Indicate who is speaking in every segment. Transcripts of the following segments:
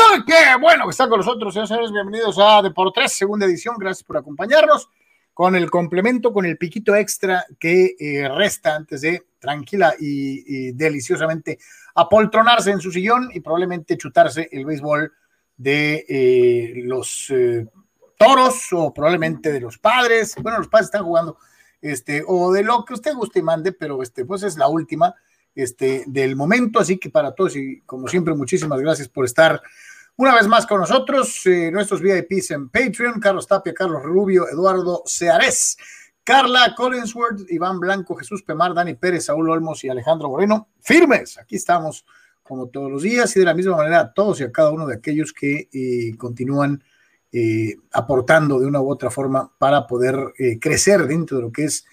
Speaker 1: Qué bueno que están con nosotros, señores. Bienvenidos a Deportes, segunda edición. Gracias por acompañarnos con el complemento, con el piquito extra que resta antes de tranquila y deliciosamente apoltronarse en su sillón y probablemente chutarse el béisbol de los Toros o probablemente de los Padres. Bueno, los Padres están jugando o de lo que usted guste y mande, pero pues es la última del momento, así que para todos y como siempre muchísimas gracias por estar una vez más con nosotros, nuestros VIPs en Patreon, Carlos Tapia, Carlos Rubio, Eduardo Seares, Carla Collinsworth, Iván Blanco, Jesús Pemar, Dani Pérez, Saúl Olmos y Alejandro Moreno, firmes, aquí estamos como todos los días y de la misma manera a todos y a cada uno de aquellos que continúan aportando de una u otra forma para poder crecer dentro de lo que es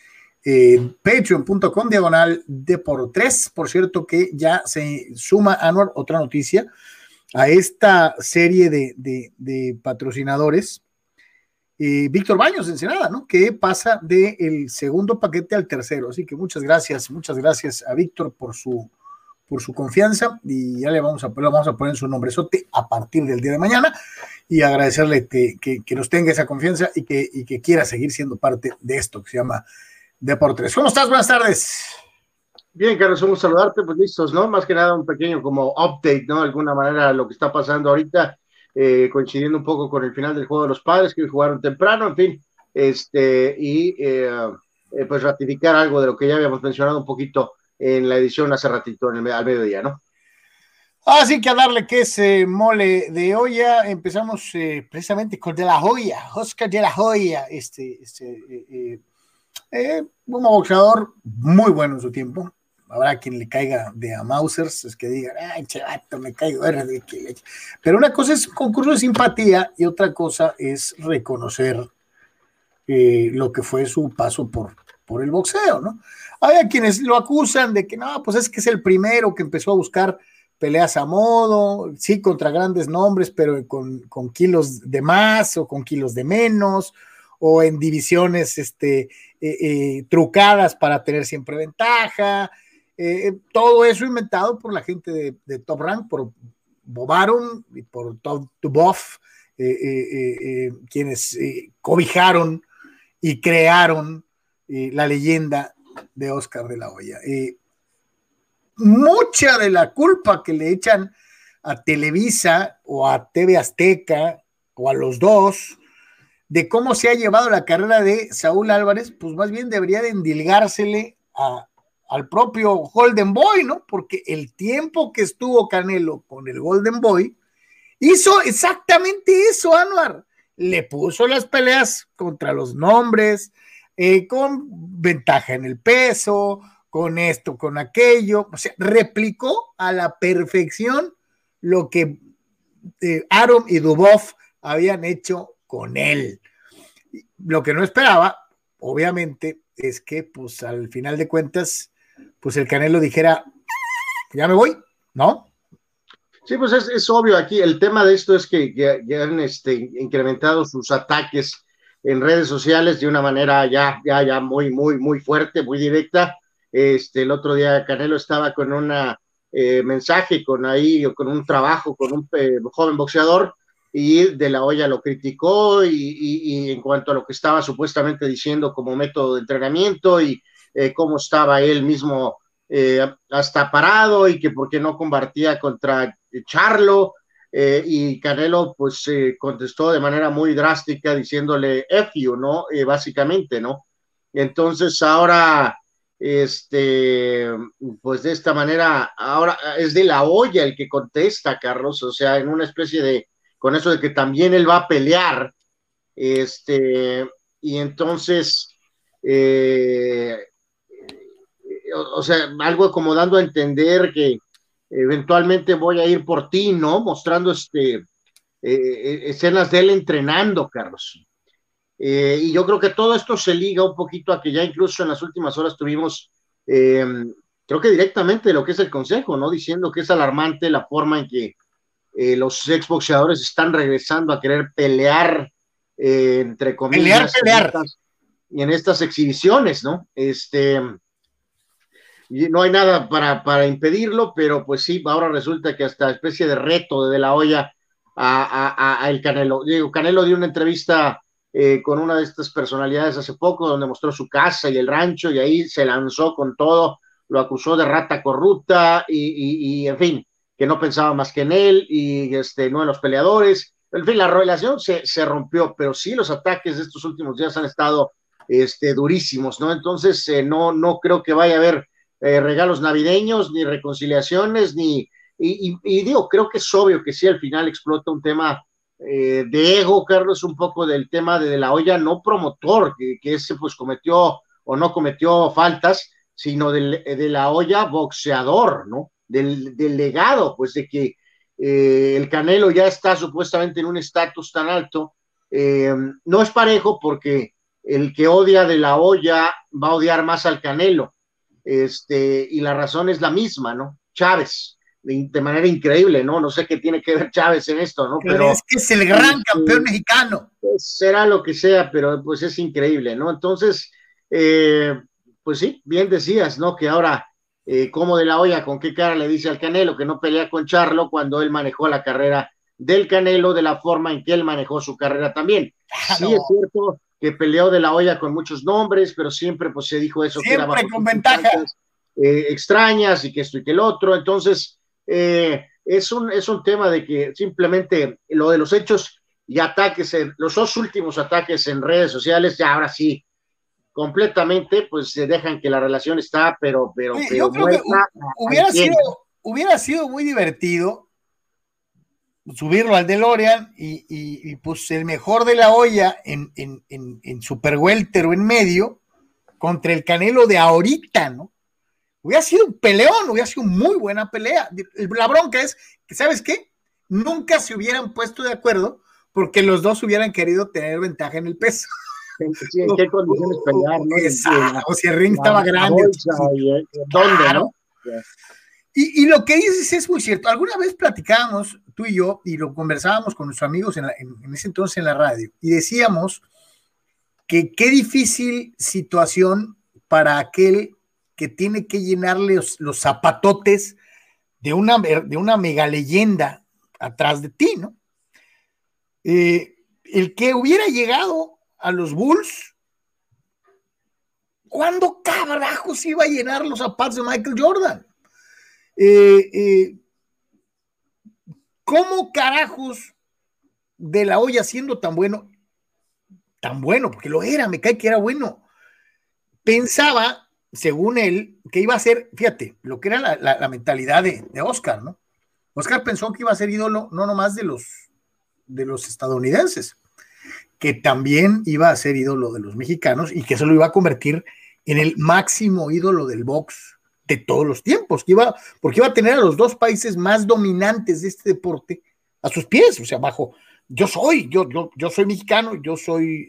Speaker 1: patreon.com/Deportes. Por cierto que ya se suma, Anuar, otra noticia a esta serie de patrocinadores, Víctor Baños de Ensenada, ¿no? Que pasa del segundo paquete al tercero, así que muchas gracias a Víctor por su confianza y ya le vamos a poner su nombrezote a partir del día de mañana y agradecerle que nos tenga esa confianza y que quiera seguir siendo parte de esto que se llama Deportes. ¿Cómo estás? Buenas tardes.
Speaker 2: Bien, Carlos, un saludarte, pues listos, ¿no? Más que nada un pequeño como update, ¿no? De alguna manera lo que está pasando ahorita, coincidiendo un poco con el final del juego de los Padres, que jugaron temprano, en fin, pues ratificar algo de lo que ya habíamos mencionado un poquito en la edición hace ratito, al mediodía, ¿no?
Speaker 1: Así que a darle que es mole de olla, empezamos precisamente con De La Hoya, Oscar De La Hoya, un boxeador muy bueno en su tiempo. Habrá quien le caiga de a Mausers, es que digan, ay, chavato, me caigo. Pero una cosa es un concurso de simpatía y otra cosa es reconocer lo que fue su paso por el boxeo, ¿no? Hay quienes lo acusan de que no, pues es que es el primero que empezó a buscar peleas a modo, sí, contra grandes nombres, pero con kilos de más o con kilos de menos, o en divisiones trucadas para tener siempre ventaja, todo eso inventado por la gente de Top Rank, por Bob Arum y por Todd Duboff, quienes cobijaron y crearon la leyenda de Oscar De La Hoya. Mucha de la culpa que le echan a Televisa o a TV Azteca o a los dos de cómo se ha llevado la carrera de Saúl Álvarez, pues más bien debería de endilgársele al propio Golden Boy, ¿no? Porque el tiempo que estuvo Canelo con el Golden Boy hizo exactamente eso, Anuar. Le puso las peleas contra los nombres, con ventaja en el peso, con esto, con aquello, o sea, replicó a la perfección lo que Arum y Duboff habían hecho con él. Lo que no esperaba, obviamente, es que pues al final de cuentas, pues el Canelo dijera, ya me voy, ¿no?
Speaker 2: Sí, pues es obvio aquí, el tema de esto es que ya han incrementado sus ataques en redes sociales de una manera ya muy, muy, muy fuerte, muy directa. El otro día Canelo estaba con un mensaje, con un trabajo con un joven boxeador y De La Hoya lo criticó y en cuanto a lo que estaba supuestamente diciendo como método de entrenamiento y cómo estaba él mismo hasta parado y que por qué no combatía contra Charlo, y Canelo pues contestó de manera muy drástica diciéndole F you, ¿no? Básicamente, ¿no? Entonces ahora pues de esta manera, ahora es De La Hoya el que contesta, Carlos, o sea, en una especie de, con eso de que también él va a pelear, y entonces, o sea, algo como dando a entender que eventualmente voy a ir por ti, ¿no? Mostrando escenas de él entrenando, Carlos. Y yo creo que todo esto se liga un poquito a que ya incluso en las últimas horas tuvimos, creo que directamente lo que es el consejo, ¿no? Diciendo que es alarmante la forma en que los exboxeadores están regresando a querer pelear, entre comillas,
Speaker 1: Pelear.
Speaker 2: en estas exhibiciones, ¿no? Y no hay nada para impedirlo, pero pues sí, ahora resulta que hasta especie de reto de La Hoya a el Canelo. Digo, Canelo dio una entrevista con una de estas personalidades hace poco, donde mostró su casa y el rancho, y ahí se lanzó con todo, lo acusó de rata corrupta, y en fin, que no pensaba más que en él, y no en los peleadores. En fin, la relación se rompió, pero sí los ataques de estos últimos días han estado durísimos, ¿no? Entonces, no creo que vaya a haber regalos navideños, ni reconciliaciones, y digo, creo que es obvio que sí, al final explota un tema de ego, Carlos, un poco del tema de la Hoya, no promotor, que ese pues cometió o no cometió faltas, sino de la Hoya boxeador, ¿no? Del legado, pues de que el Canelo ya está supuestamente en un estatus tan alto, no es parejo porque el que odia de la Hoya va a odiar más al Canelo, y la razón es la misma, ¿no? Chávez, de manera increíble, ¿no? No sé qué tiene que ver Chávez en esto, ¿no?
Speaker 1: Pero es que es el gran campeón mexicano.
Speaker 2: Pues, será lo que sea, pero pues es increíble, ¿no? Entonces, pues sí, bien decías, ¿no? Que ahora, como de la Hoya, con qué cara le dice al Canelo que no pelea con Charlo cuando él manejó la carrera del Canelo de la forma en que él manejó su carrera también. Claro. Sí es cierto que peleó de la Hoya con muchos nombres, pero siempre pues se dijo eso.
Speaker 1: Siempre
Speaker 2: que era
Speaker 1: con ventaja.
Speaker 2: Extrañas y que esto y que el otro, entonces es un tema de que simplemente lo de los hechos y ataques, los dos últimos ataques en redes sociales, ya ahora sí, completamente, pues se dejan que la relación está, pero
Speaker 1: yo creo que hubiera sido muy divertido subirlo al DeLorean y pues el mejor de la Hoya en Super Welter o en medio contra el Canelo de ahorita, ¿no? Hubiera sido un peleón, hubiera sido muy buena pelea. La bronca es que, ¿sabes qué? Nunca se hubieran puesto de acuerdo porque los dos hubieran querido tener ventaja en el peso.
Speaker 2: Sí, ¿en qué condiciones pelear, no?
Speaker 1: Exacto, o si el ring estaba grande.
Speaker 2: ¿Dónde, claro, no?
Speaker 1: Y lo que dices es muy cierto. Alguna vez platicábamos tú y yo, y lo conversábamos con nuestros amigos en ese entonces en la radio, y decíamos que qué difícil situación para aquel que tiene que llenarle los zapatotes de una mega leyenda atrás de ti, ¿no? El que hubiera llegado a los Bulls, ¿cuándo carajos iba a llenar los zapatos de Michael Jordan? ¿Cómo carajos de la Hoya siendo tan bueno, porque lo era, me cae que era bueno, pensaba, según él, que iba a ser, fíjate, lo que era la mentalidad de Oscar, ¿no? Oscar pensó que iba a ser ídolo no nomás de los estadounidenses, que también iba a ser ídolo de los mexicanos y que eso lo iba a convertir en el máximo ídolo del box de todos los tiempos, porque iba a tener a los dos países más dominantes de este deporte a sus pies, o sea, yo soy mexicano, yo soy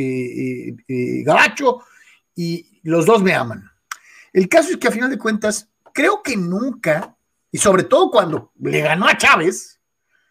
Speaker 1: gabacho, y los dos me aman. El caso es que a final de cuentas, creo que nunca, y sobre todo cuando le ganó a Chávez,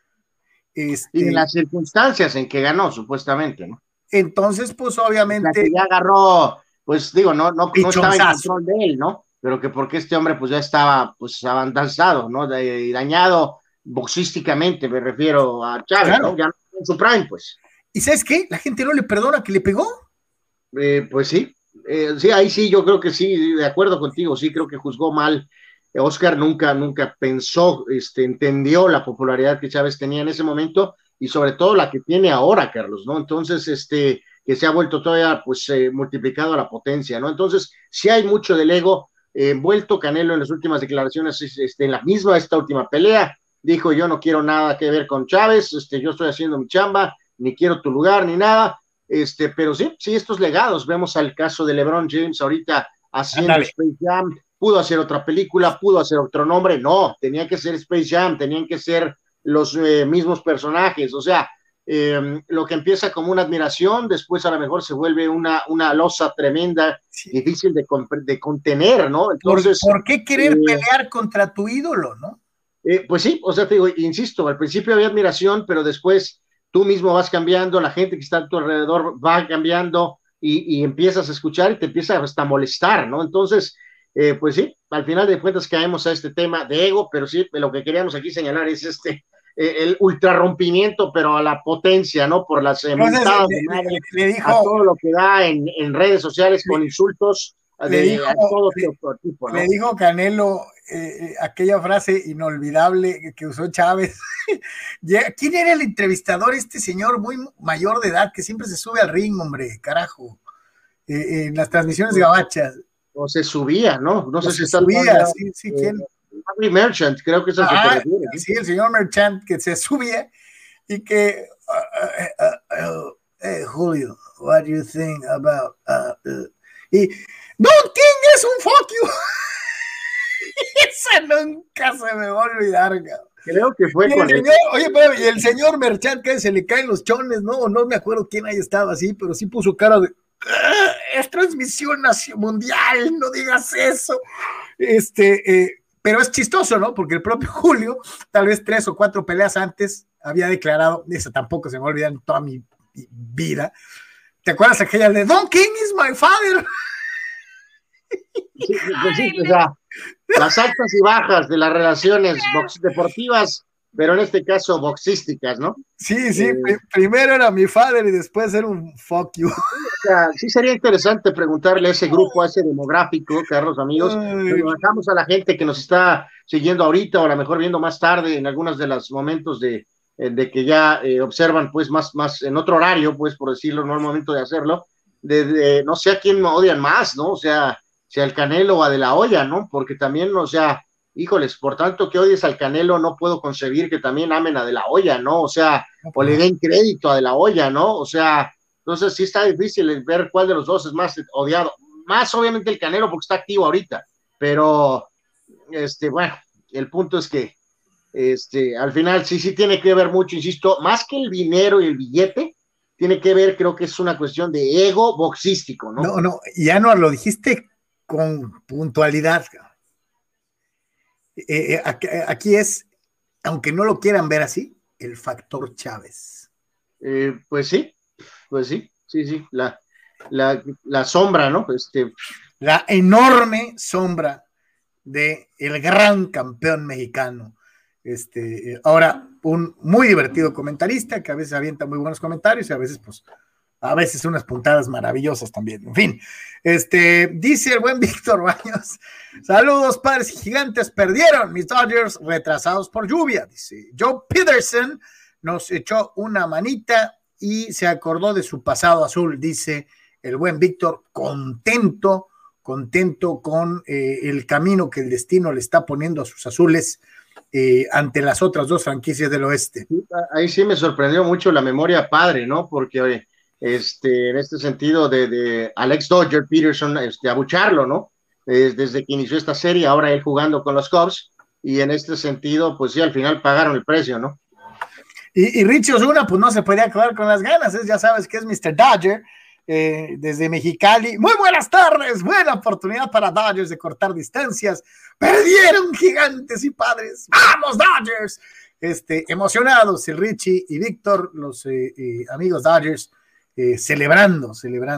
Speaker 2: y en las circunstancias en que ganó, supuestamente, ¿no?
Speaker 1: Entonces, pues obviamente.
Speaker 2: O sea, que ya agarró, pues digo, no estaba en control de él, ¿no? Pero que porque este hombre pues ya estaba pues avanzado, ¿no? Y dañado boxísticamente, me refiero a Chávez, claro, ¿no? Ya en su prime, pues.
Speaker 1: ¿Y sabes qué? La gente no le perdona que le pegó.
Speaker 2: Pues sí. Sí, ahí sí, yo creo que sí, de acuerdo contigo, sí, creo que juzgó mal. Oscar nunca pensó, entendió la popularidad que Chávez tenía en ese momento y sobre todo la que tiene ahora, Carlos, ¿no? Entonces, que se ha vuelto todavía, pues, multiplicado a la potencia, ¿no? Entonces, sí hay mucho del ego envuelto. Canelo en las últimas declaraciones, en esta última pelea, dijo, yo no quiero nada que ver con Chávez, yo estoy haciendo mi chamba, ni quiero tu lugar, ni nada. Pero sí, estos legados, vemos al caso de LeBron James ahorita haciendo Space Jam, pudo hacer otra película, pudo hacer otro nombre, no, tenía que ser Space Jam, tenían que ser los mismos personajes, o sea, lo que empieza como una admiración, después a lo mejor se vuelve una losa tremenda, sí, difícil de contener, ¿no? Entonces,
Speaker 1: ¿Por qué querer pelear contra tu ídolo, no?
Speaker 2: Pues sí, o sea, te digo, insisto, al principio había admiración, pero después tú mismo vas cambiando, la gente que está a tu alrededor va cambiando y empiezas a escuchar y te empieza hasta a molestar, ¿no? Entonces, pues sí, al final de cuentas caemos a este tema de ego, pero sí, lo que queríamos aquí señalar es el ultrarrompimiento, pero a la potencia, ¿no? Por las mentadas de madre,
Speaker 1: le dijo,
Speaker 2: a todo lo que da en redes sociales con insultos a todo tipo, ¿no?
Speaker 1: Le dijo Canelo aquella frase inolvidable que usó Chávez. ¿Quién era el entrevistador? Este señor muy mayor de edad que siempre se sube al ring, hombre, carajo, en las transmisiones gabachas.
Speaker 2: O se subía, ¿no? No sé si está
Speaker 1: subía, sí, ¿quién?
Speaker 2: Harry Merchant, creo que es el que te refiere, ¿no?
Speaker 1: Sí, el señor Merchant que se subía y que hey, Julio, what do you think about y Don King es un fuck you. Esa nunca se me va a olvidar, cabrón.
Speaker 2: Creo que fue con
Speaker 1: el señor, oye, pero y el señor Merchant que se le caen los chones, no me acuerdo quién ahí estaba así, pero sí puso cara de es transmisión mundial, no digas eso. Pero es chistoso, ¿no? Porque el propio Julio, tal vez 3 o 4 peleas antes, había declarado, esa tampoco se me va a olvidar en toda mi vida. ¿Te acuerdas aquella de Don King is my father?
Speaker 2: Sí, pues sí, o sea, las altas y bajas de las relaciones deportivas, pero en este caso boxísticas, ¿no?
Speaker 1: Sí, primero era mi father y después era un fuck you.
Speaker 2: O sea, sí sería interesante preguntarle a ese grupo, a ese demográfico, Carlos, amigos, nos dejamos a la gente que nos está siguiendo ahorita o a lo mejor viendo más tarde en algunos de los momentos de que ya observan pues más en otro horario, pues por decirlo, no es el momento de hacerlo, no sé a quién odian más, ¿no? O sea, si al Canelo o a De La Hoya, ¿no? Porque también, o sea, híjoles, por tanto que odies al Canelo, no puedo concebir que también amen a De La Hoya, ¿no? O sea, o le den crédito a De La Hoya, ¿no? O sea, entonces sí está difícil ver cuál de los dos es más odiado. Más obviamente el Canelo porque está activo ahorita, pero, bueno, el punto es que, al final sí tiene que ver mucho, insisto, más que el dinero y el billete, tiene que ver, creo que es una cuestión de ego boxístico, ¿no?
Speaker 1: No, ya no lo dijiste con puntualidad. Aquí es, aunque no lo quieran ver así, el factor Chávez.
Speaker 2: Pues sí, la sombra, ¿no?
Speaker 1: La enorme sombra de el gran campeón mexicano. Ahora, un muy divertido comentarista que a veces avienta muy buenos comentarios y a veces unas puntadas maravillosas también. En fin, dice el buen Víctor Baños, saludos padres y gigantes, perdieron mis Dodgers retrasados por lluvia, dice Joe Peterson, nos echó una manita y se acordó de su pasado azul, dice el buen Víctor, contento con el camino que el destino le está poniendo a sus azules ante las otras dos franquicias del oeste.
Speaker 2: Ahí sí me sorprendió mucho la memoria padre, ¿no? Porque en este sentido de Alex Dodger Peterson, abucharlo, ¿no? Desde que inició esta serie, ahora él jugando con los Cubs, y en este sentido, pues sí, al final pagaron el precio, ¿no?
Speaker 1: Y Richie Osuna, pues no se podía acabar con las ganas, ya sabes que es Mr. Dodger, desde Mexicali. Muy buenas tardes, buena oportunidad para Dodgers de cortar distancias. Perdieron gigantes y padres. ¡Vamos, Dodgers! Emocionados el Richie y Víctor, los amigos Dodgers, celebrando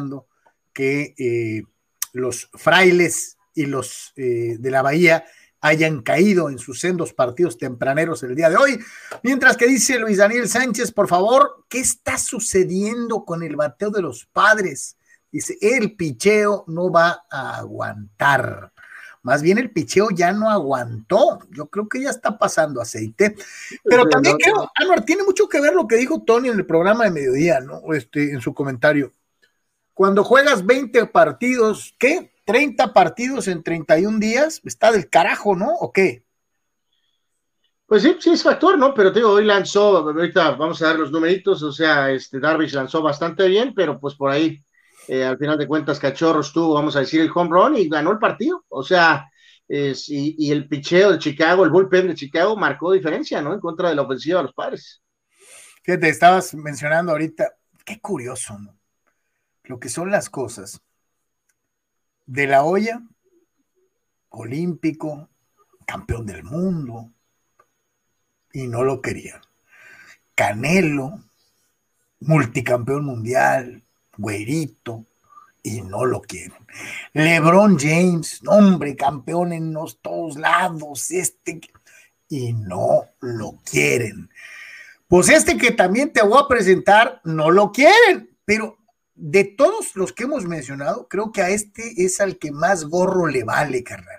Speaker 1: que los frailes y los de la Bahía hayan caído en sus sendos partidos tempraneros el día de hoy, mientras que dice Luis Daniel Sánchez, por favor, ¿qué está sucediendo con el bateo de los Padres? Dice, el picheo no va a aguantar, más bien el picheo ya no aguantó, yo creo que ya está pasando aceite, pero también creo, Anuar, tiene mucho que ver lo que dijo Tony en el programa de mediodía, ¿no? En su comentario, cuando juegas 20 partidos, ¿qué? 30 partidos en 31 días, está del carajo, ¿no? ¿O qué?
Speaker 2: Pues sí es factor, ¿no? Pero te digo, hoy lanzó, ahorita vamos a dar los numeritos, o sea, Darvish lanzó bastante bien, pero pues por ahí, al final de cuentas, Cachorros tuvo, vamos a decir, el home run y ganó el partido, o sea, y el picheo de Chicago, el bullpen de Chicago marcó diferencia, ¿no? En contra de la ofensiva de los Padres.
Speaker 1: Fíjate, estabas mencionando ahorita, qué curioso, ¿no? Lo que son las cosas. De La Hoya, olímpico, campeón del mundo, y no lo querían. Canelo, multicampeón mundial, güerito, y no lo quieren. LeBron James, hombre, campeón en todos lados, y no lo quieren. Pues este que también te voy a presentar, no lo quieren, pero de todos los que hemos mencionado, creo que a este es al que más gorro le vale, carnal.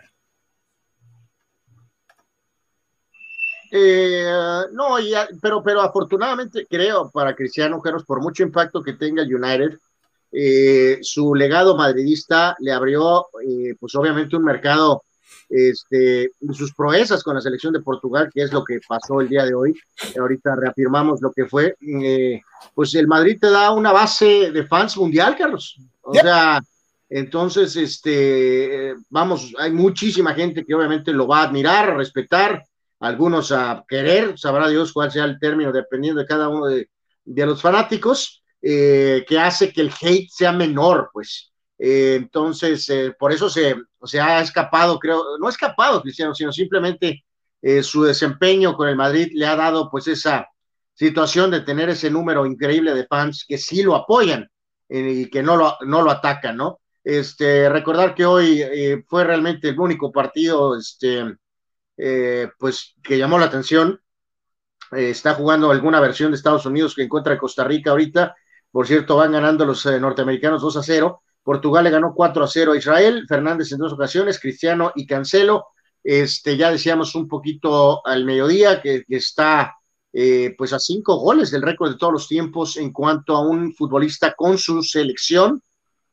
Speaker 2: No, pero afortunadamente creo para Cristiano Geros, por mucho impacto que tenga el United, su legado madridista le abrió, pues obviamente un mercado, sus proezas con la selección de Portugal, que es lo que pasó el día de hoy. Ahorita reafirmamos lo que fue. Pues el Madrid te da una base de fans mundial, Carlos. O sea, entonces, vamos, hay muchísima gente que obviamente lo va a admirar, a respetar, algunos a querer, sabrá Dios cuál sea el término, dependiendo de cada uno de los fanáticos, que hace que el hate sea menor, pues. Entonces, por eso se ha escapado, creo, no ha escapado Cristiano, sino simplemente su desempeño con el Madrid le ha dado pues esa situación de tener ese número increíble de fans que sí lo apoyan y que no lo atacan, ¿no? Recordar que hoy fue realmente el único partido, pues que llamó la atención. Está jugando alguna versión de Estados Unidos que encuentra Costa Rica ahorita. Por cierto, van ganando los norteamericanos 2-0. Portugal le ganó 4-0 a Israel. Fernández en 2 ocasiones, Cristiano y Cancelo. Ya decíamos un poquito al mediodía que está pues a 5 goles del récord de todos los tiempos en cuanto a un futbolista con su selección.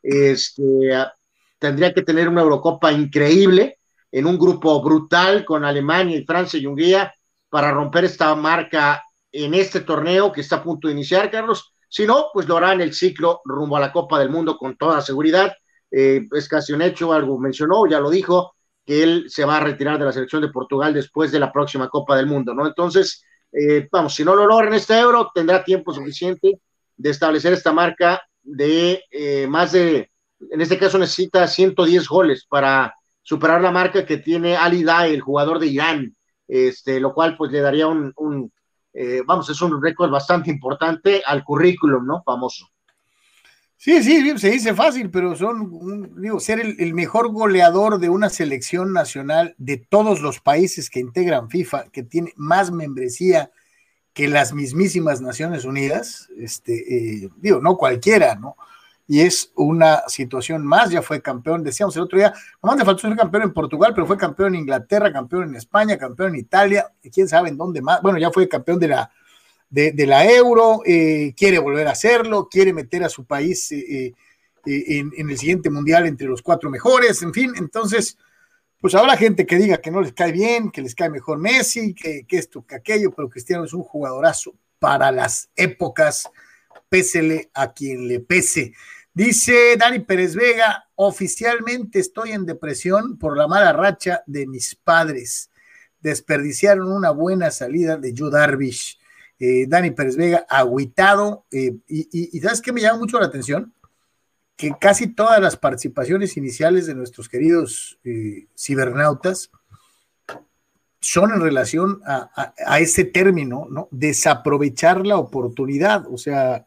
Speaker 2: Tendría que tener una Eurocopa increíble en un grupo brutal con Alemania y Francia y Hungría para romper esta marca en este torneo que está a punto de iniciar, Carlos. Si no, pues lo hará en el ciclo rumbo a la Copa del Mundo con toda seguridad. Es casi un hecho, algo mencionó, ya lo dijo, que él se va a retirar de la selección de Portugal después de la próxima Copa del Mundo, ¿no? Entonces, vamos, si no lo logra en este Euro, tendrá tiempo suficiente de establecer esta marca de más de, en este caso necesita 110 goles para superar la marca que tiene Ali Daei, el jugador de Irán, lo cual pues le daría vamos, es un récord bastante importante al currículum, ¿no? Famoso.
Speaker 1: Sí, se dice fácil, pero ser el mejor goleador de una selección nacional de todos los países que integran FIFA, que tiene más membresía que las mismísimas Naciones Unidas, no cualquiera, ¿no? Y es una situación más, ya fue campeón, decíamos el otro día, nomás le faltó ser campeón en Portugal, pero fue campeón en Inglaterra, campeón en España, campeón en Italia, y quién sabe en dónde más, bueno, ya fue campeón de la Euro, quiere volver a hacerlo, quiere meter a su país en el siguiente mundial entre los 4 mejores, en fin, entonces, pues habrá gente que diga que no les cae bien, que les cae mejor Messi, que esto, que aquello, pero Cristiano es un jugadorazo para las épocas, pésele a quien le pese. Dice Dani Pérez Vega, oficialmente estoy en depresión por la mala racha de mis padres. Desperdiciaron una buena salida de Yu Darvish. Dani Pérez Vega, agüitado. Y ¿sabes qué me llama mucho la atención? Que casi todas las participaciones iniciales de nuestros queridos cibernautas son en relación a ese término, ¿no? Desaprovechar la oportunidad. O sea,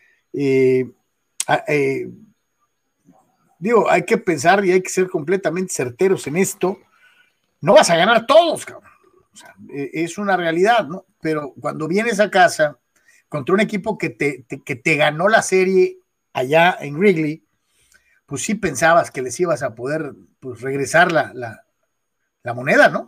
Speaker 1: hay que pensar y hay que ser completamente certeros en esto. No vas a ganar todos, cabrón. O sea, es una realidad, ¿no? Pero cuando vienes a casa contra un equipo que te ganó la serie allá en Wrigley, pues sí pensabas que les ibas a poder pues, regresar la moneda, ¿no?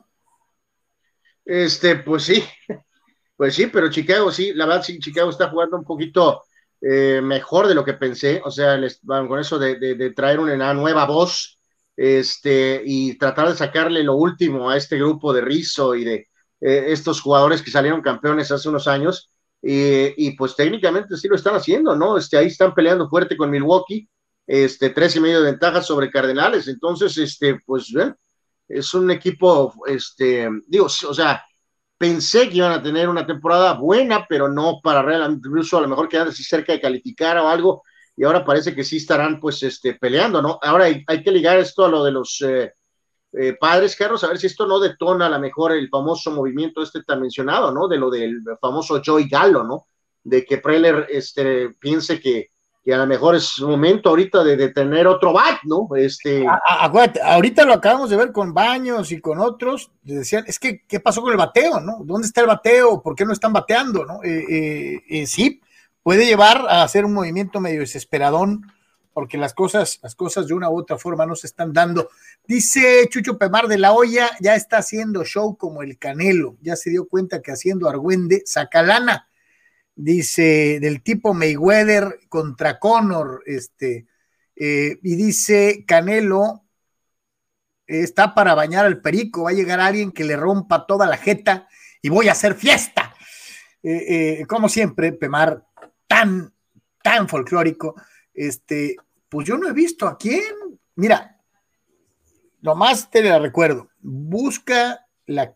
Speaker 2: Pues sí, pero Chicago sí, la verdad sí, Chicago está jugando un poquito mejor de lo que pensé, o sea, con eso de traer una nueva voz, y tratar de sacarle lo último a este grupo de Rizzo y de estos jugadores que salieron campeones hace unos años, y pues técnicamente sí lo están haciendo, ¿no? Ahí están peleando fuerte con Milwaukee, 3.5 de ventaja sobre Cardenales, entonces, pues, es un equipo, o sea, pensé que iban a tener una temporada buena, pero no para realmente, incluso a lo mejor quedar así cerca de calificar o algo, y ahora parece que sí estarán pues peleando, ¿no? Ahora hay que ligar esto a lo de los padres, Carlos, a ver si esto no detona a lo mejor el famoso movimiento tan mencionado, ¿no? De lo del famoso Joey Gallo, ¿no? De que Preller piense que a lo mejor es momento ahorita de tener otro bat, ¿no?
Speaker 1: Acuérdate, ahorita lo acabamos de ver con Baños y con otros, decían, es que, ¿qué pasó con el bateo, no? ¿Dónde está el bateo? ¿Por qué no están bateando, no? Sí, puede llevar a hacer un movimiento medio desesperadón, porque las cosas de una u otra forma no se están dando. Dice Chucho Pemar de la Hoya, ya está haciendo show como el Canelo, ya se dio cuenta que haciendo argüende saca lana. Dice del tipo Mayweather contra Conor, y dice Canelo está para bañar al perico, va a llegar alguien que le rompa toda la jeta y voy a hacer fiesta. Como siempre, Pemar, tan folclórico, pues yo no he visto a quién. Mira, nomás te la recuerdo, busca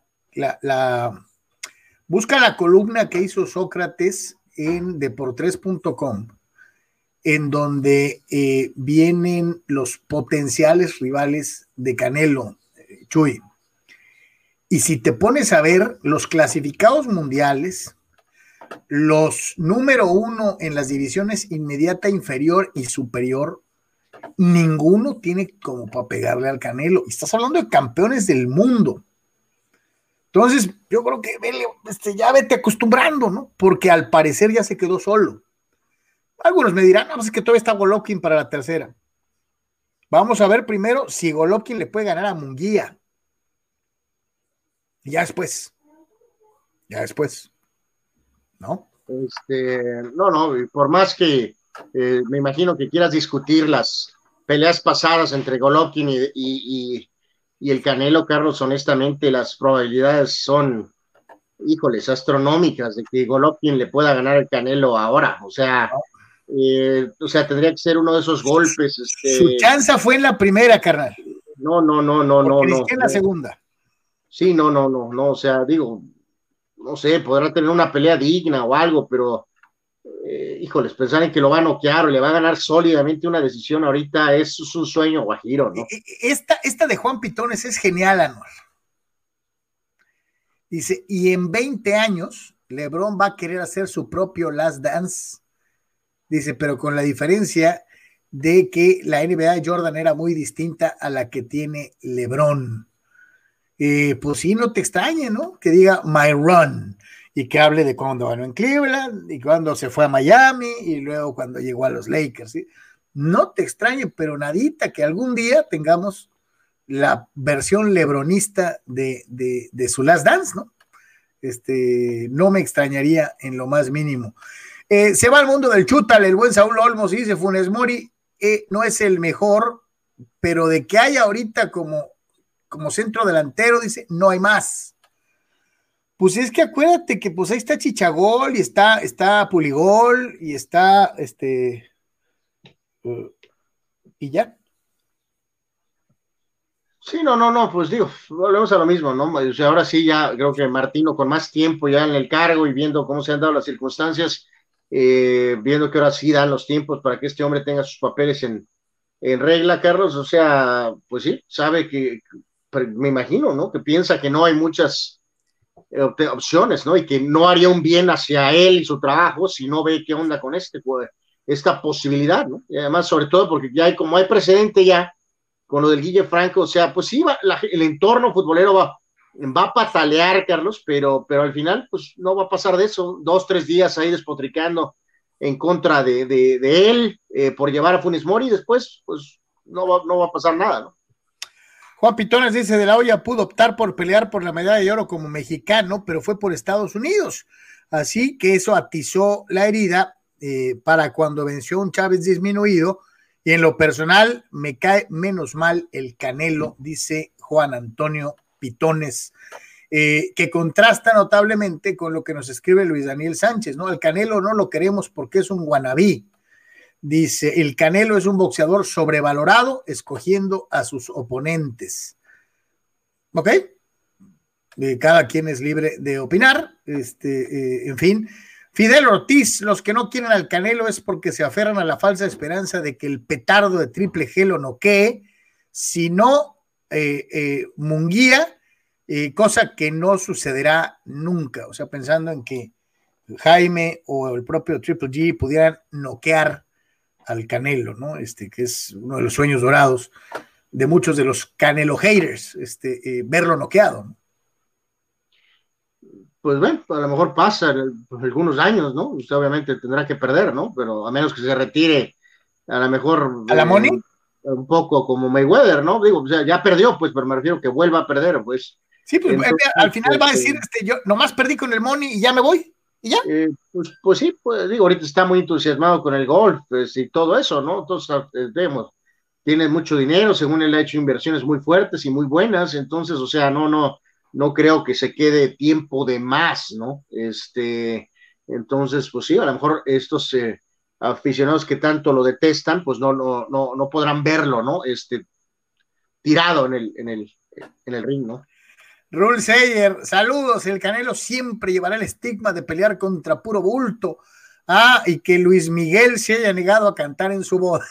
Speaker 1: busca la columna que hizo Sócrates en deportres.com, en donde vienen los potenciales rivales de Canelo, Chuy. Y si te pones a ver los clasificados mundiales, los número 1 en las divisiones inmediata, inferior y superior, ninguno tiene como para pegarle al Canelo. Y estás hablando de campeones del mundo. Entonces, yo creo que ya vete acostumbrando, ¿no? Porque al parecer ya se quedó solo. Algunos me dirán, no, pues es que todavía está Golovkin para la tercera. Vamos a ver primero si Golovkin le puede ganar a Munguía. Y ya después, ¿no?
Speaker 2: No, por más que me imagino que quieras discutir las peleas pasadas entre Golovkin y el Canelo, Carlos, honestamente las probabilidades son, híjoles, astronómicas de que Golovkin le pueda ganar al Canelo ahora, o sea, tendría que ser uno de esos golpes.
Speaker 1: Su chance fue en la primera, carnal.
Speaker 2: No.
Speaker 1: En la segunda.
Speaker 2: Sí, no, o sea, digo, no sé, podrá tener una pelea digna o algo, pero híjoles, pensar en que lo va a noquear o le va a ganar sólidamente una decisión ahorita es un sueño guajiro, ¿no?
Speaker 1: Esta de Juan Pitones es genial, Anuar. Dice, y en 20 años, LeBron va a querer hacer su propio Last Dance. Dice, pero con la diferencia de que la NBA de Jordan era muy distinta a la que tiene LeBron. Pues sí, no te extrañe, ¿no? Que diga My Run y que hable de cuando ganó en Cleveland y cuando se fue a Miami y luego cuando llegó a los Lakers, ¿sí? No te extrañe, pero nadita que algún día tengamos la versión lebronista de su Last Dance, ¿no? No me extrañaría en lo más mínimo. Se va al mundo del chútale, el buen Saúl Olmos, y dice Funes Mori no es el mejor, pero de que haya ahorita como centro delantero, dice, no hay más. Pues es que acuérdate que pues ahí está Chichagol y está Puligol y está y ya.
Speaker 2: Sí, no, pues digo, volvemos a lo mismo, ¿no? O sea, ahora sí ya creo que Martino con más tiempo ya en el cargo y viendo cómo se han dado las circunstancias, viendo que ahora sí dan los tiempos para que este hombre tenga sus papeles en regla, Carlos, o sea, pues sí, sabe que, me imagino, ¿no? Que piensa que no hay muchas opciones, ¿no? Y que no haría un bien hacia él y su trabajo si no ve qué onda con esta posibilidad, ¿no? Y además, sobre todo porque ya como hay precedente ya con lo del Guille Franco, o sea, pues sí, el entorno futbolero va a patalear, Carlos, pero al final, pues no va a pasar de eso, 2-3 días ahí despotricando en contra de él por llevar a Funes Mori y después, pues no va a pasar nada, ¿no?
Speaker 1: Juan Pitones dice, De la Hoya pudo optar por pelear por la medalla de oro como mexicano, pero fue por Estados Unidos. Así que eso atizó la herida para cuando venció a un Chávez disminuido. Y en lo personal, me cae menos mal el Canelo, dice Juan Antonio Pitones, que contrasta notablemente con lo que nos escribe Luis Daniel Sánchez, ¿no? El Canelo no lo queremos porque es un wannabe. Dice, el Canelo es un boxeador sobrevalorado, escogiendo a sus oponentes. ¿Ok? Cada quien es libre de opinar. En fin. Fidel Ortiz, los que no quieren al Canelo es porque se aferran a la falsa esperanza de que el petardo de Triple G lo noquee, si no, Munguía, cosa que no sucederá nunca. O sea, pensando en que Jaime o el propio Triple G pudieran noquear al Canelo, ¿no? Que es uno de los sueños dorados de muchos de los Canelo haters, verlo noqueado, ¿no?
Speaker 2: Pues bueno, a lo mejor pasa pues, algunos años, ¿no? Usted obviamente tendrá que perder, ¿no? Pero a menos que se retire, a lo mejor
Speaker 1: ¿A la Moni?
Speaker 2: un poco como Mayweather, ¿no? Digo, o sea, ya perdió, pues, pero me refiero que vuelva a perder, pues.
Speaker 1: Sí, pues entonces, al final va a decir, yo nomás perdí con el Moni y ya me voy, y ya.
Speaker 2: Pues sí, pues digo, ahorita está muy entusiasmado con el golf, pues, y todo eso, ¿no? Entonces, vemos, tiene mucho dinero, según él ha hecho inversiones muy fuertes y muy buenas, entonces, o sea, no creo que se quede tiempo de más, ¿no? Entonces, pues sí, a lo mejor estos aficionados que tanto lo detestan, pues no podrán verlo, ¿no? Tirado en el ring, ¿no?
Speaker 1: Rule Sayer, saludos, el Canelo siempre llevará el estigma de pelear contra puro bulto. Ah, y que Luis Miguel se haya negado a cantar en su boda.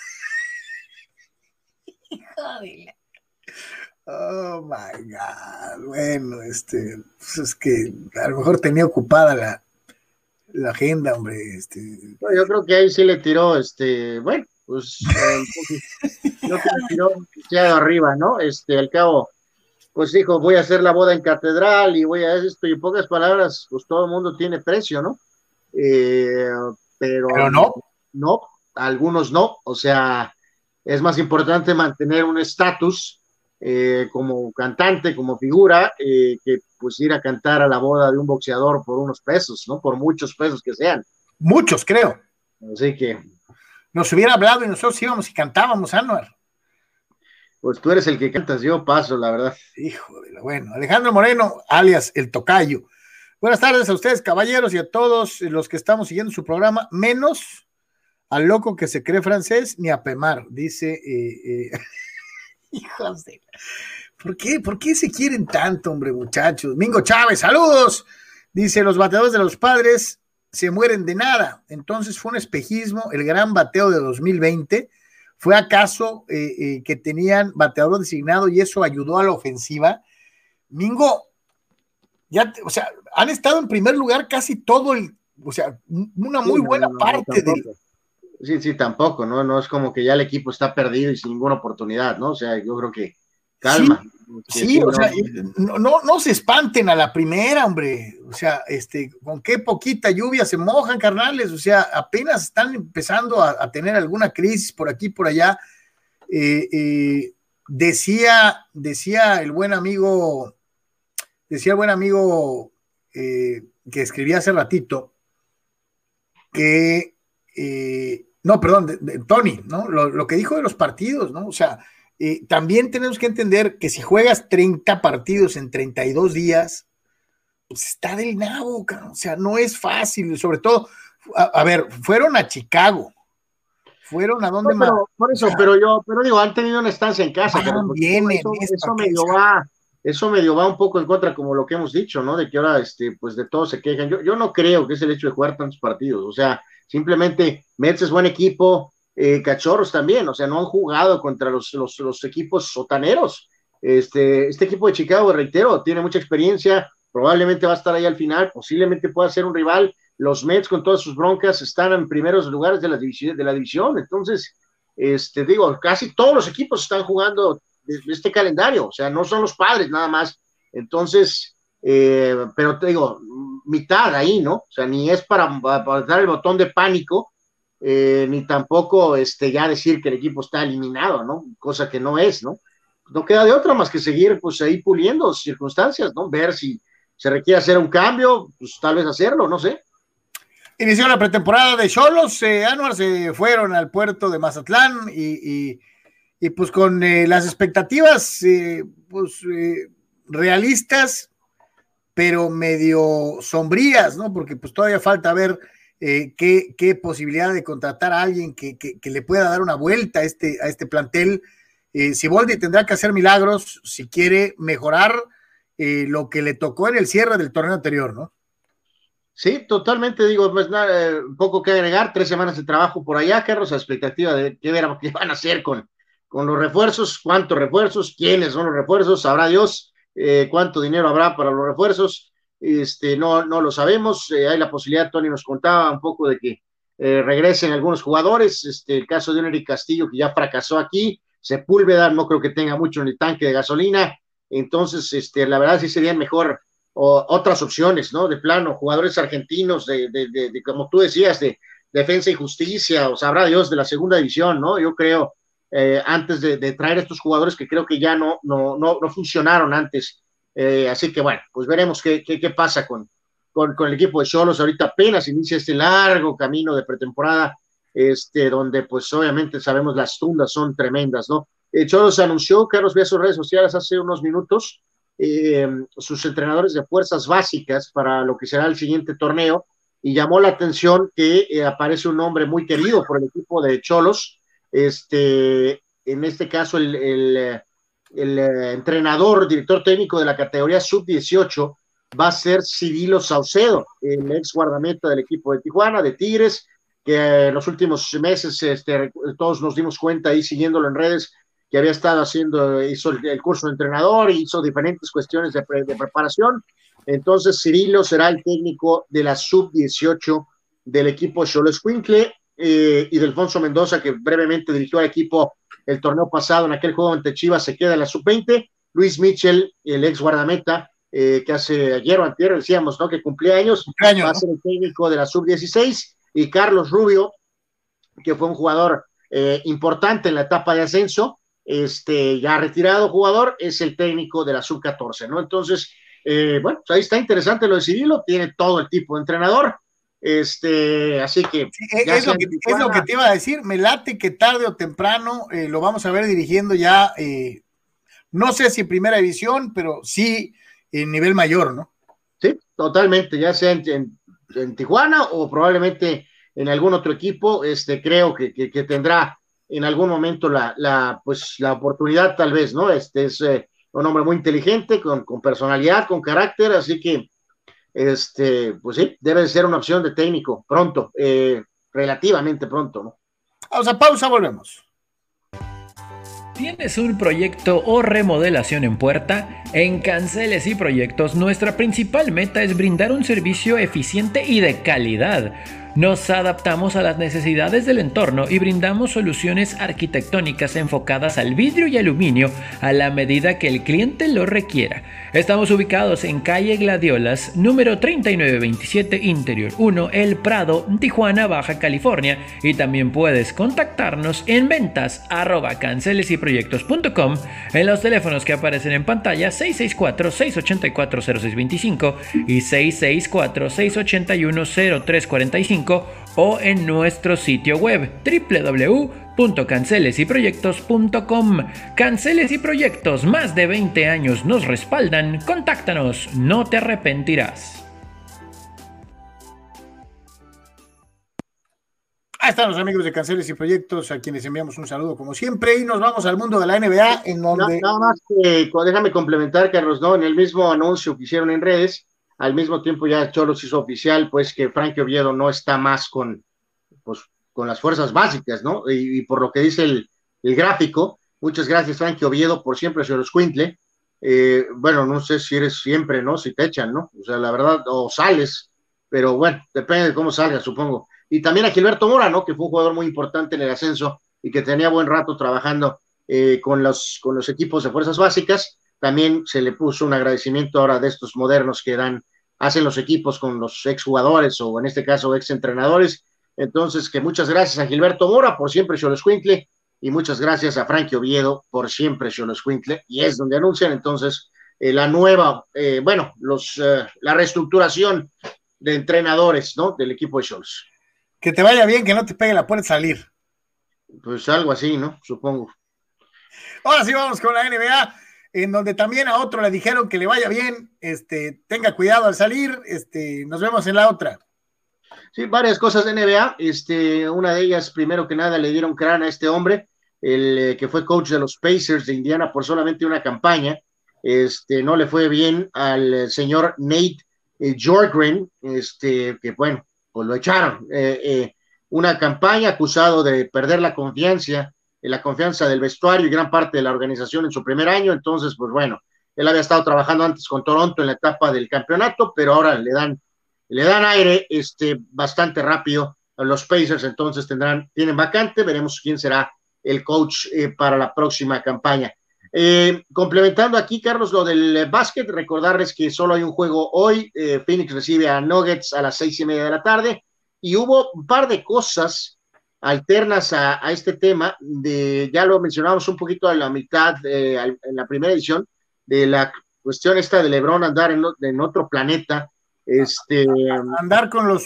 Speaker 1: Oh my God. Bueno, pues es que a lo mejor tenía ocupada la agenda, hombre.
Speaker 2: No, yo creo que ahí sí le tiró, bueno, pues yo creo que le tiró ya arriba, ¿no? Al cabo, pues dijo, voy a hacer la boda en catedral y voy a esto, y en pocas palabras, pues todo el mundo tiene precio, ¿no? Pero no, algunos no, o sea, es más importante mantener un estatus como cantante, como figura, que pues ir a cantar a la boda de un boxeador por unos pesos, ¿no? Por muchos pesos que sean.
Speaker 1: Muchos, creo.
Speaker 2: Así que...
Speaker 1: Nos hubiera hablado y nosotros íbamos y cantábamos, Anuar.
Speaker 2: Pues tú eres el que cantas, yo paso, la verdad.
Speaker 1: Hijo de la bueno. Alejandro Moreno, alias El Tocayo. Buenas tardes a ustedes, caballeros, y a todos los que estamos siguiendo su programa, menos al loco que se cree francés, ni a Pemar, dice... Hijos de... ¿Por qué se quieren tanto, hombre, muchachos? Mingo Chávez, saludos. Dice, los bateadores de los Padres se mueren de nada. Entonces fue un espejismo el gran bateo de 2020. ¿Fue acaso que tenían bateador designado y eso ayudó a la ofensiva? Mingo, o sea, han estado en primer lugar casi todo o sea, una muy buena parte
Speaker 2: del... Sí, tampoco, ¿no? No es como que ya el equipo está perdido y sin ninguna oportunidad, ¿no? O sea, yo creo que calma.
Speaker 1: Sí, o sea, no se espanten a la primera, hombre. O sea, con qué poquita lluvia se mojan, carnales. O sea, apenas están empezando a tener alguna crisis por aquí, por allá. Decía el buen amigo, que escribía hace ratito, que no, perdón, de Tony, ¿no? Lo que dijo de los partidos, ¿no? O sea, también tenemos que entender que si juegas 30 partidos en 32 días, pues está del nabo, o sea, no es fácil, sobre todo, a ver, fueron a Chicago, fueron a dónde más.
Speaker 2: Por eso, pero digo, han tenido una estancia en casa, eso medio va un poco en contra, como lo que hemos dicho, ¿no? De que ahora, pues de todos se quejan. Yo no creo que es el hecho de jugar tantos partidos, o sea, simplemente Mets es buen equipo, Cachorros también, o sea, no han jugado contra los equipos sotaneros. Este equipo de Chicago, reitero, tiene mucha experiencia, probablemente va a estar ahí al final, posiblemente pueda ser un rival. Los Mets con todas sus broncas están en primeros lugares de la división, entonces, digo, casi todos los equipos están jugando de este calendario, o sea, no son los Padres nada más, entonces, pero te digo, mitad ahí, ¿no? O sea, ni es para dar el botón de pánico, ni tampoco ya decir que el equipo está eliminado, ¿no? Cosa que no es, ¿no? No queda de otra más que seguir, pues, ahí puliendo circunstancias, ¿no? Ver si se requiere hacer un cambio, pues tal vez hacerlo, no sé.
Speaker 1: Inició la pretemporada de Xolos, Anuar, se fueron al puerto de Mazatlán y pues con las expectativas pues realistas, pero medio sombrías, ¿no? Porque pues todavía falta ver qué posibilidad de contratar a alguien que le pueda dar una vuelta a este plantel. Siboldi tendrá que hacer milagros si quiere mejorar lo que le tocó en el cierre del torneo anterior, ¿no?
Speaker 2: Sí, totalmente, digo, pues nada, poco que agregar, 3 semanas de trabajo por allá, Carlos, a expectativa de qué van a hacer con los refuerzos, cuántos refuerzos, quiénes son los refuerzos, sabrá Dios cuánto dinero habrá para los refuerzos, no lo sabemos, hay la posibilidad, Tony nos contaba un poco de que regresen algunos jugadores, el caso de un Eric Castillo que ya fracasó aquí, Sepúlveda no creo que tenga mucho en el tanque de gasolina, entonces la verdad sí serían mejor otras opciones, ¿no? De plano, jugadores argentinos de como tú decías, de Defensa y Justicia, o sabrá Dios, de la segunda división, ¿no? Yo creo, antes de traer estos jugadores que creo que ya no funcionaron antes. Así que bueno, pues veremos qué pasa con el equipo de Xolos. Ahorita apenas inicia este largo camino de pretemporada, donde pues obviamente sabemos las tundas son tremendas, ¿no? Xolos anunció, Carlos, vía sus redes sociales hace unos minutos, sus entrenadores de fuerzas básicas para lo que será el siguiente torneo, y llamó la atención que aparece un nombre muy querido por el equipo de Xolos, en este caso el entrenador, director técnico de la categoría sub-18 va a ser Cirilo Saucedo, el ex guardameta del equipo de Tijuana, de Tigres, que en los últimos meses todos nos dimos cuenta ahí siguiéndolo en redes, que había estado hizo el curso de entrenador, hizo diferentes cuestiones de preparación. Entonces Cirilo será el técnico de la sub-18 del equipo Xoloitzcuintle, y Delfonso Mendoza, que brevemente dirigió al equipo el torneo pasado en aquel juego ante Chivas, se queda en la sub-20. Luis Mitchell, el ex guardameta, que hace ayer o antier decíamos, ¿no?, que cumplía años, va a ser el técnico de la sub-16, y Carlos Rubio, que fue un jugador importante en la etapa de ascenso, ya retirado jugador, es el técnico de la sub-14, ¿no? Entonces, bueno, pues ahí está interesante lo de Cirilo, tiene todo el tipo de entrenador, así que...
Speaker 1: Sí, es lo que te iba a decir, me late que tarde o temprano lo vamos a ver dirigiendo ya, no sé si primera división, pero sí en nivel mayor, ¿no?
Speaker 2: Sí, totalmente, ya sea en Tijuana o probablemente en algún otro equipo, creo que tendrá en algún momento la oportunidad, tal vez, ¿no? Es un hombre muy inteligente, con personalidad, con carácter, así que pues sí, debe ser una opción de técnico pronto, relativamente pronto, ¿no?
Speaker 1: Vamos a pausa, volvemos.
Speaker 3: ¿Tienes un proyecto o remodelación en puerta? En Canceles y Proyectos, nuestra principal meta es brindar un servicio eficiente y de calidad. Nos adaptamos a las necesidades del entorno y brindamos soluciones arquitectónicas enfocadas al vidrio y aluminio a la medida que el cliente lo requiera. Estamos ubicados en calle Gladiolas, número 3927, Interior 1, El Prado, Tijuana, Baja California, y también puedes contactarnos en ventas@cancelesyproyectos.com, en los teléfonos que aparecen en pantalla 664-684-0625 y 664-681-0345, o en nuestro sitio web www.cancelesyproyectos.com. Canceles y Proyectos, más de 20 años nos respaldan. Contáctanos, no te arrepentirás.
Speaker 1: Ahí están los amigos de Canceles y Proyectos, a quienes enviamos un saludo como siempre, y nos vamos al mundo de la NBA, en donde...
Speaker 2: Nada más déjame complementar, Carlos, ¿no? En el mismo anuncio que hicieron en redes, al mismo tiempo ya Xolos hizo oficial, pues, que Frankie Oviedo no está más con las fuerzas básicas, ¿no? Y por lo que dice el gráfico, muchas gracias, Frankie Oviedo, por siempre Xoloitzcuintle. Bueno, no sé si eres siempre, ¿no? Si te echan, ¿no? O sea, la verdad, o sales, pero bueno, depende de cómo salgas, supongo. Y también a Gilberto Mora, ¿no? Que fue un jugador muy importante en el ascenso y que tenía buen rato trabajando con los equipos de fuerzas básicas. También se le puso un agradecimiento ahora de estos modernos que hacen los equipos con los exjugadores, o en este caso exentrenadores. Entonces, que muchas gracias a Gilberto Mora por siempre Xoloitzcuintle, y muchas gracias a Frankie Oviedo por siempre Xoloitzcuintle, y es donde anuncian entonces la nueva, la reestructuración de entrenadores, ¿no?, del equipo de Xolos.
Speaker 1: Que te vaya bien, que no te pegue la puerta salir.
Speaker 2: Pues algo así, ¿no? Supongo.
Speaker 1: Ahora sí vamos con la NBA, en donde también a otro le dijeron que le vaya bien, tenga cuidado al salir, nos vemos en la otra.
Speaker 2: Sí, varias cosas de NBA, una de ellas, primero que nada, le dieron crán a este hombre, el que fue coach de los Pacers de Indiana por solamente una campaña. No le fue bien al señor Nate Bjorkgren, que bueno, pues lo echaron, una campaña acusado de perder la confianza del vestuario y gran parte de la organización en su primer año. Entonces, pues bueno, él había estado trabajando antes con Toronto en la etapa del campeonato, pero ahora le dan aire bastante rápido los Pacers entonces tienen vacante, veremos quién será el coach para la próxima campaña. Complementando aquí, Carlos, lo del básquet, recordarles que solo hay un juego hoy. Phoenix recibe a Nuggets a las 6:30 de la tarde, y hubo un par de cosas alternas a este tema, ya lo mencionamos un poquito a la mitad, en la primera edición, de la cuestión esta de LeBron andar en otro planeta,
Speaker 1: andar con los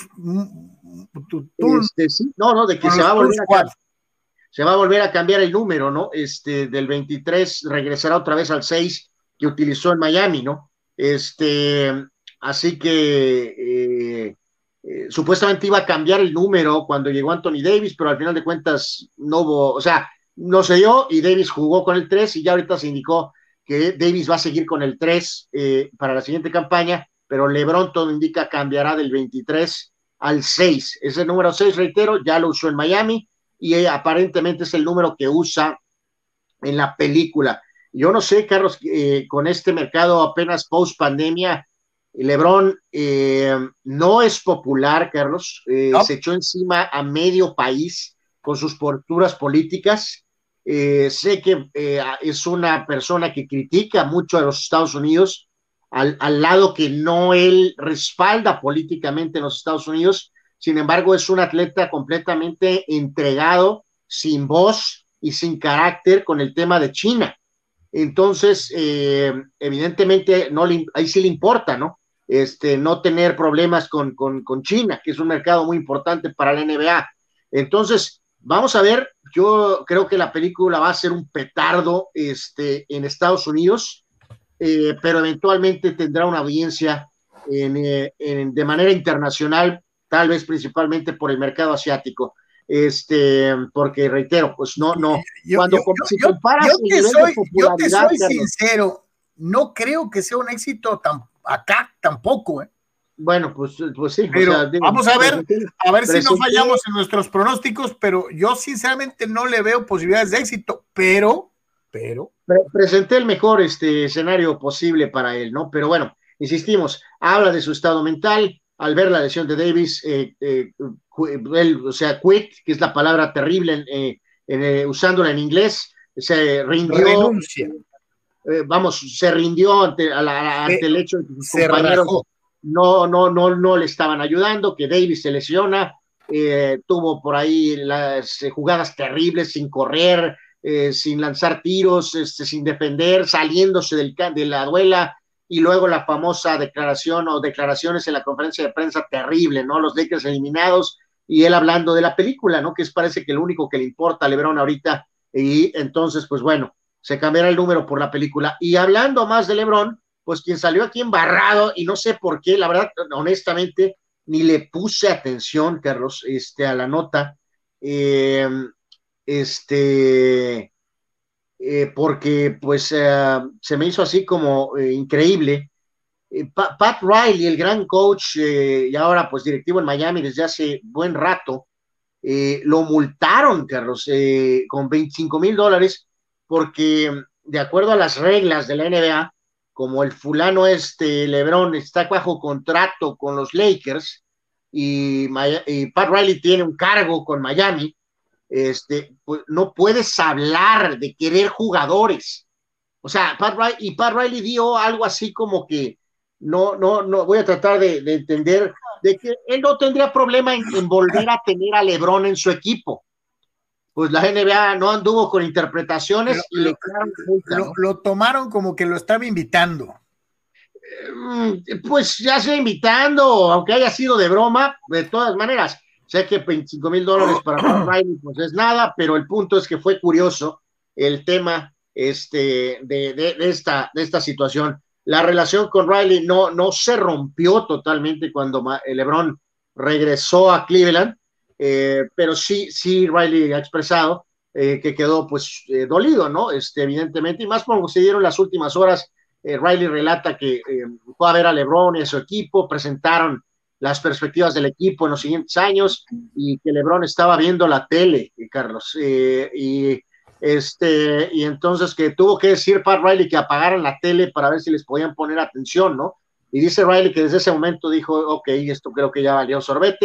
Speaker 2: sí, no, de que se va a volver a cambiar el número, ¿no? Del 23 regresará otra vez al 6 que utilizó en Miami, ¿no? Así que supuestamente iba a cambiar el número cuando llegó Anthony Davis, pero al final de cuentas no hubo, o sea, no se dio, y Davis jugó con el 3, y ya ahorita se indicó que Davis va a seguir con el 3 para la siguiente campaña, pero LeBron, todo indica, cambiará del 23 al 6. Ese número 6, reitero, ya lo usó en Miami, y aparentemente es el número que usa en la película. Yo no sé, Carlos, con este mercado apenas post pandemia, LeBron no es popular, Carlos,
Speaker 1: no.
Speaker 2: Se echó encima a medio país con sus posturas políticas. Sé que es una persona que critica mucho a los Estados Unidos, al lado que no él respalda políticamente en los Estados Unidos. Sin embargo, es un atleta completamente entregado, sin voz y sin carácter con el tema de China. Entonces, evidentemente, ahí sí le importa, ¿no? No tener problemas con China, que es un mercado muy importante para la NBA. Entonces, vamos a ver, yo creo que la película va a ser un petardo en Estados Unidos, pero eventualmente tendrá una audiencia de manera internacional, tal vez principalmente por el mercado asiático. Porque reitero, pues no, si comparas
Speaker 1: yo te soy sincero, no creo que sea un éxito acá tampoco,
Speaker 2: Bueno, pues sí.
Speaker 1: Pero o sea, vamos a ver si no fallamos en nuestros pronósticos, pero yo sinceramente no le veo posibilidades de éxito, pero
Speaker 2: presenté el mejor escenario posible para él, ¿no? Pero bueno, insistimos, habla de su estado mental. Al ver la lesión de Davis, él, o sea, quit, que es la palabra terrible usándola en inglés, se rindió. Se rindió ante el hecho de que sus compañeros no le estaban ayudando, que Davis se lesiona, tuvo por ahí las jugadas terribles, sin correr, sin lanzar tiros, sin defender, saliéndose de la duela, y luego la famosa declaraciones en la conferencia de prensa terrible, ¿no? Los Lakers eliminados, y él hablando de la película, ¿no? Que parece que lo único que le importa a LeBron ahorita, y entonces, pues bueno, se cambiará el número por la película. Y hablando más de LeBron, pues quien salió aquí embarrado, y no sé por qué, la verdad, honestamente, ni le puse atención, Carlos, a la nota, porque pues se me hizo así como increíble. Pat Riley, el gran coach, y ahora pues directivo en Miami desde hace buen rato, lo multaron, Carlos, con $25,000, porque de acuerdo a las reglas de la NBA, como el fulano LeBron está bajo contrato con los Lakers, y Pat Riley tiene un cargo con Miami, pues no puedes hablar de querer jugadores. O sea, Pat Riley dio algo así como que no, voy a tratar de entender, de que él no tendría problema en volver a tener a LeBron en su equipo. Pues la NBA no anduvo con interpretaciones,
Speaker 1: lo tomaron como que lo estaba invitando.
Speaker 2: Pues ya sea invitando, aunque haya sido de broma, de todas maneras. Sé que $25,000 para Pat Riley pues es nada, pero el punto es que fue curioso el tema de esta situación. La relación con Riley no se rompió totalmente cuando LeBron regresó a Cleveland, pero sí Riley ha expresado que quedó pues dolido, ¿no? Evidentemente, y más como se dieron las últimas horas. Riley relata que fue a ver a LeBron y a su equipo, presentaron las perspectivas del equipo en los siguientes años, y que LeBron estaba viendo la tele, Carlos, y entonces que tuvo que decir Pat Riley que apagaran la tele para ver si les podían poner atención, ¿no? Y dice Riley que desde ese momento dijo, ok, esto creo que ya valió sorbete,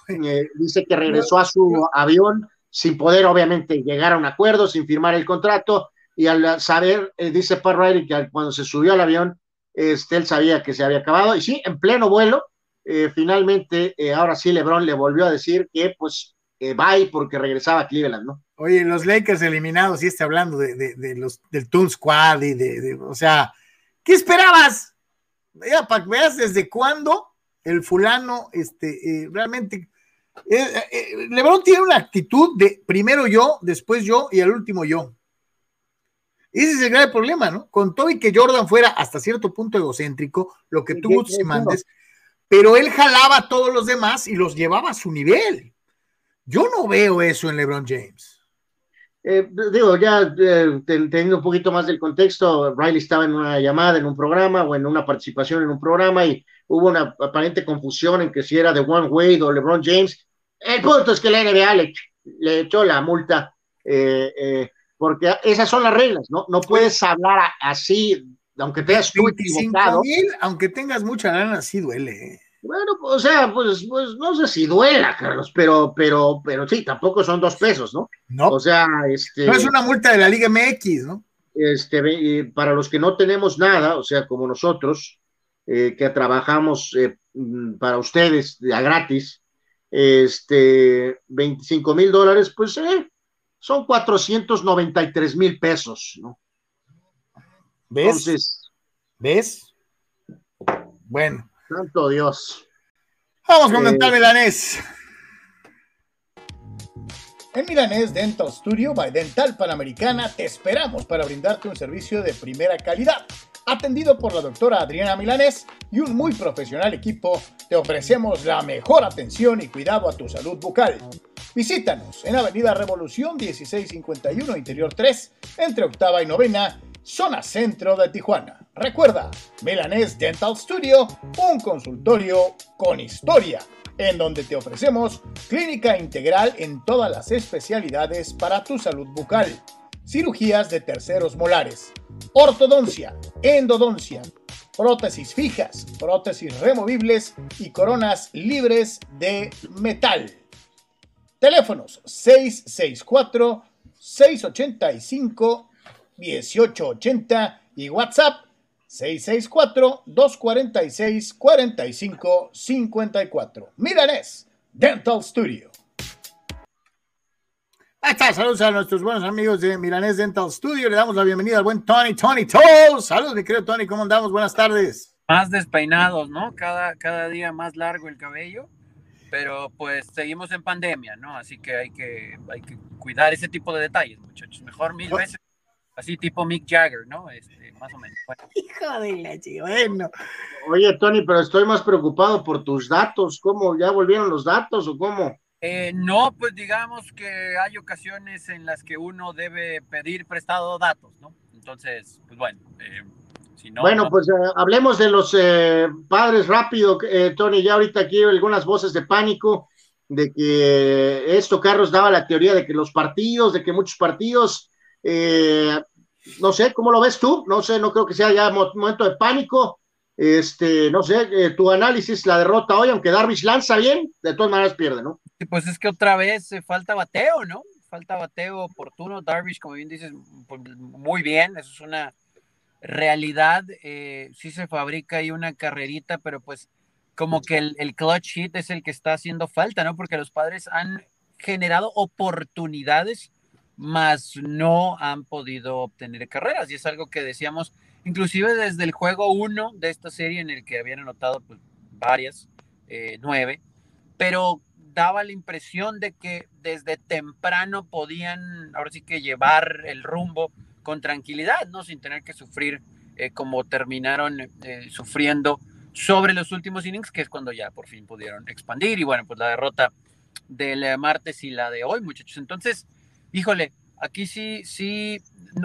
Speaker 2: dice que regresó a su avión sin poder, obviamente, llegar a un acuerdo, sin firmar el contrato, y al saber, dice Pat Riley, que cuando se subió al avión, él sabía que se había acabado, y sí, en pleno vuelo, finalmente, ahora sí, LeBron le volvió a decir que, pues, bye, porque regresaba a Cleveland, ¿no?
Speaker 1: Oye, los Lakers eliminados, y hablando del Toon Squad, o sea, ¿qué esperabas? Ya, para que veas desde cuándo el fulano, realmente, LeBron tiene una actitud de primero yo, después yo, y al último yo. Ese es el grave problema, ¿no? Con todo y que Jordan fuera hasta cierto punto egocéntrico, lo que tú gustes y mandes, pero él jalaba a todos los demás y los llevaba a su nivel. Yo no veo eso en LeBron James.
Speaker 2: Digo, ya teniendo un poquito más del contexto, Riley estaba en una llamada, en un programa o en una participación en un programa y hubo una aparente confusión en que si era de One Wade o LeBron James. El punto es que la NBA le echó la multa porque esas son las reglas, ¿no? No puedes hablar así, aunque te hayas tú equivocado.
Speaker 1: 25,000, aunque tengas mucha lana, sí duele.
Speaker 2: Bueno, o sea, pues no sé si duela, Carlos, pero sí, tampoco son 2 pesos, ¿no?
Speaker 1: No.
Speaker 2: O sea,
Speaker 1: no es una multa de la Liga MX, ¿no?
Speaker 2: Para los que no tenemos nada, o sea, como nosotros, que trabajamos para ustedes a gratis, $25,000, pues son 493,000 pesos, ¿no?
Speaker 1: ¿Ves?
Speaker 2: Entonces,
Speaker 1: ¿ves? Bueno.
Speaker 2: Santo Dios.
Speaker 1: Vamos con Dental Milanés. En Milanés Dental Studio by Dental Panamericana te esperamos para brindarte un servicio de primera calidad. Atendido por la doctora Adriana Milanés y un muy profesional equipo, te ofrecemos la mejor atención y cuidado a tu salud bucal. Visítanos en Avenida Revolución 1651, Interior 3, entre octava y novena, zona centro de Tijuana. Recuerda, Milanés Dental Studio, un consultorio con historia, en donde te ofrecemos clínica integral en todas las especialidades para tu salud bucal, cirugías de terceros molares, ortodoncia, endodoncia, prótesis fijas, prótesis removibles y coronas libres de metal. Teléfonos 664-685-1880 y WhatsApp 664-246-4554. Milanés Dental Studio. Ahí está, saludos a nuestros buenos amigos de Milanés Dental Studio. Le damos la bienvenida al buen Tony Toll. Saludos, mi querido Tony, ¿cómo andamos? Buenas tardes.
Speaker 4: Más despeinados, ¿no? Cada día más largo el cabello, pero pues seguimos en pandemia, ¿no? Así que hay que cuidar ese tipo de detalles, muchachos. Mejor 1000 veces así tipo Mick Jagger, ¿no? Más o menos. Bueno.
Speaker 1: Hijo de la chica, bueno.
Speaker 2: Oye, Tony, pero estoy más preocupado por tus datos. ¿Cómo? ¿Ya volvieron los datos o cómo?
Speaker 4: No, pues digamos que hay ocasiones en las que uno debe pedir prestado datos, ¿no? Entonces, pues bueno, si no...
Speaker 2: Bueno, pues hablemos de los padres rápido, Tony. Ya ahorita aquí hay algunas voces de pánico de que Carlos daba la teoría de que los partidos, de que muchos partidos, no sé, ¿cómo lo ves tú? No sé, no creo que sea ya momento de pánico. No sé, tu análisis, la derrota hoy, aunque Darvish lanza bien, de todas maneras pierde, ¿no?
Speaker 4: Pues es que otra vez falta bateo, ¿no? Falta bateo oportuno. Darvish, como bien dices, pues muy bien, eso es una realidad. Sí se fabrica ahí una carrerita, pero pues como que el clutch hit es el que está haciendo falta, ¿no? Porque los Padres han generado oportunidades, mas no han podido obtener carreras, y es algo que decíamos inclusive desde el juego 1 de esta serie, en el que habían anotado pues varias, 9, pero daba la impresión de que desde temprano podían ahora sí que llevar el rumbo con tranquilidad, ¿no? Sin tener que sufrir como terminaron sufriendo sobre los últimos innings, que es cuando ya por fin pudieron expandir. Y bueno, pues la derrota del martes y la de hoy, muchachos. Entonces, híjole, aquí sí,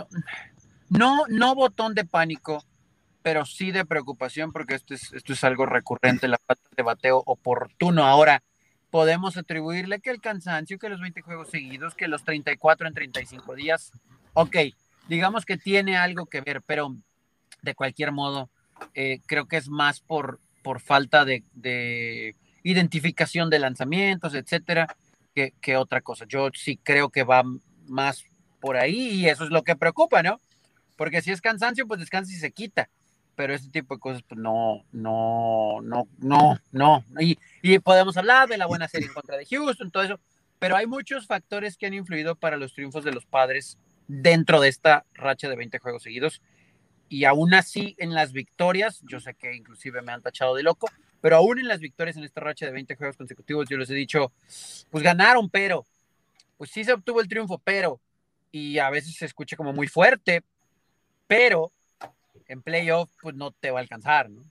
Speaker 4: no botón de pánico, pero sí de preocupación, porque esto es algo recurrente, la falta de bateo oportuno. Ahora, podemos atribuirle que el cansancio, que los 20 juegos seguidos, que los 34 en 35 días, ok, digamos que tiene algo que ver, pero de cualquier modo, creo que es más por falta de identificación de lanzamientos, etcétera, que otra cosa. Yo sí creo que va más por ahí y eso es lo que preocupa, ¿no? Porque si es cansancio, pues descansa y se quita. Pero ese tipo de cosas, pues no. Y podemos hablar de la buena serie en contra de Houston, todo eso, pero hay muchos factores que han influido para los triunfos de los Padres dentro de esta racha de 20 juegos seguidos. Y aún así, en las victorias, yo sé que inclusive me han tachado de loco, pero aún en las victorias en esta racha de 20 juegos consecutivos, yo les he dicho, pues ganaron, pero, pues sí se obtuvo el triunfo, pero, y a veces se escucha como muy fuerte, pero en playoff, pues no te va a alcanzar, ¿no?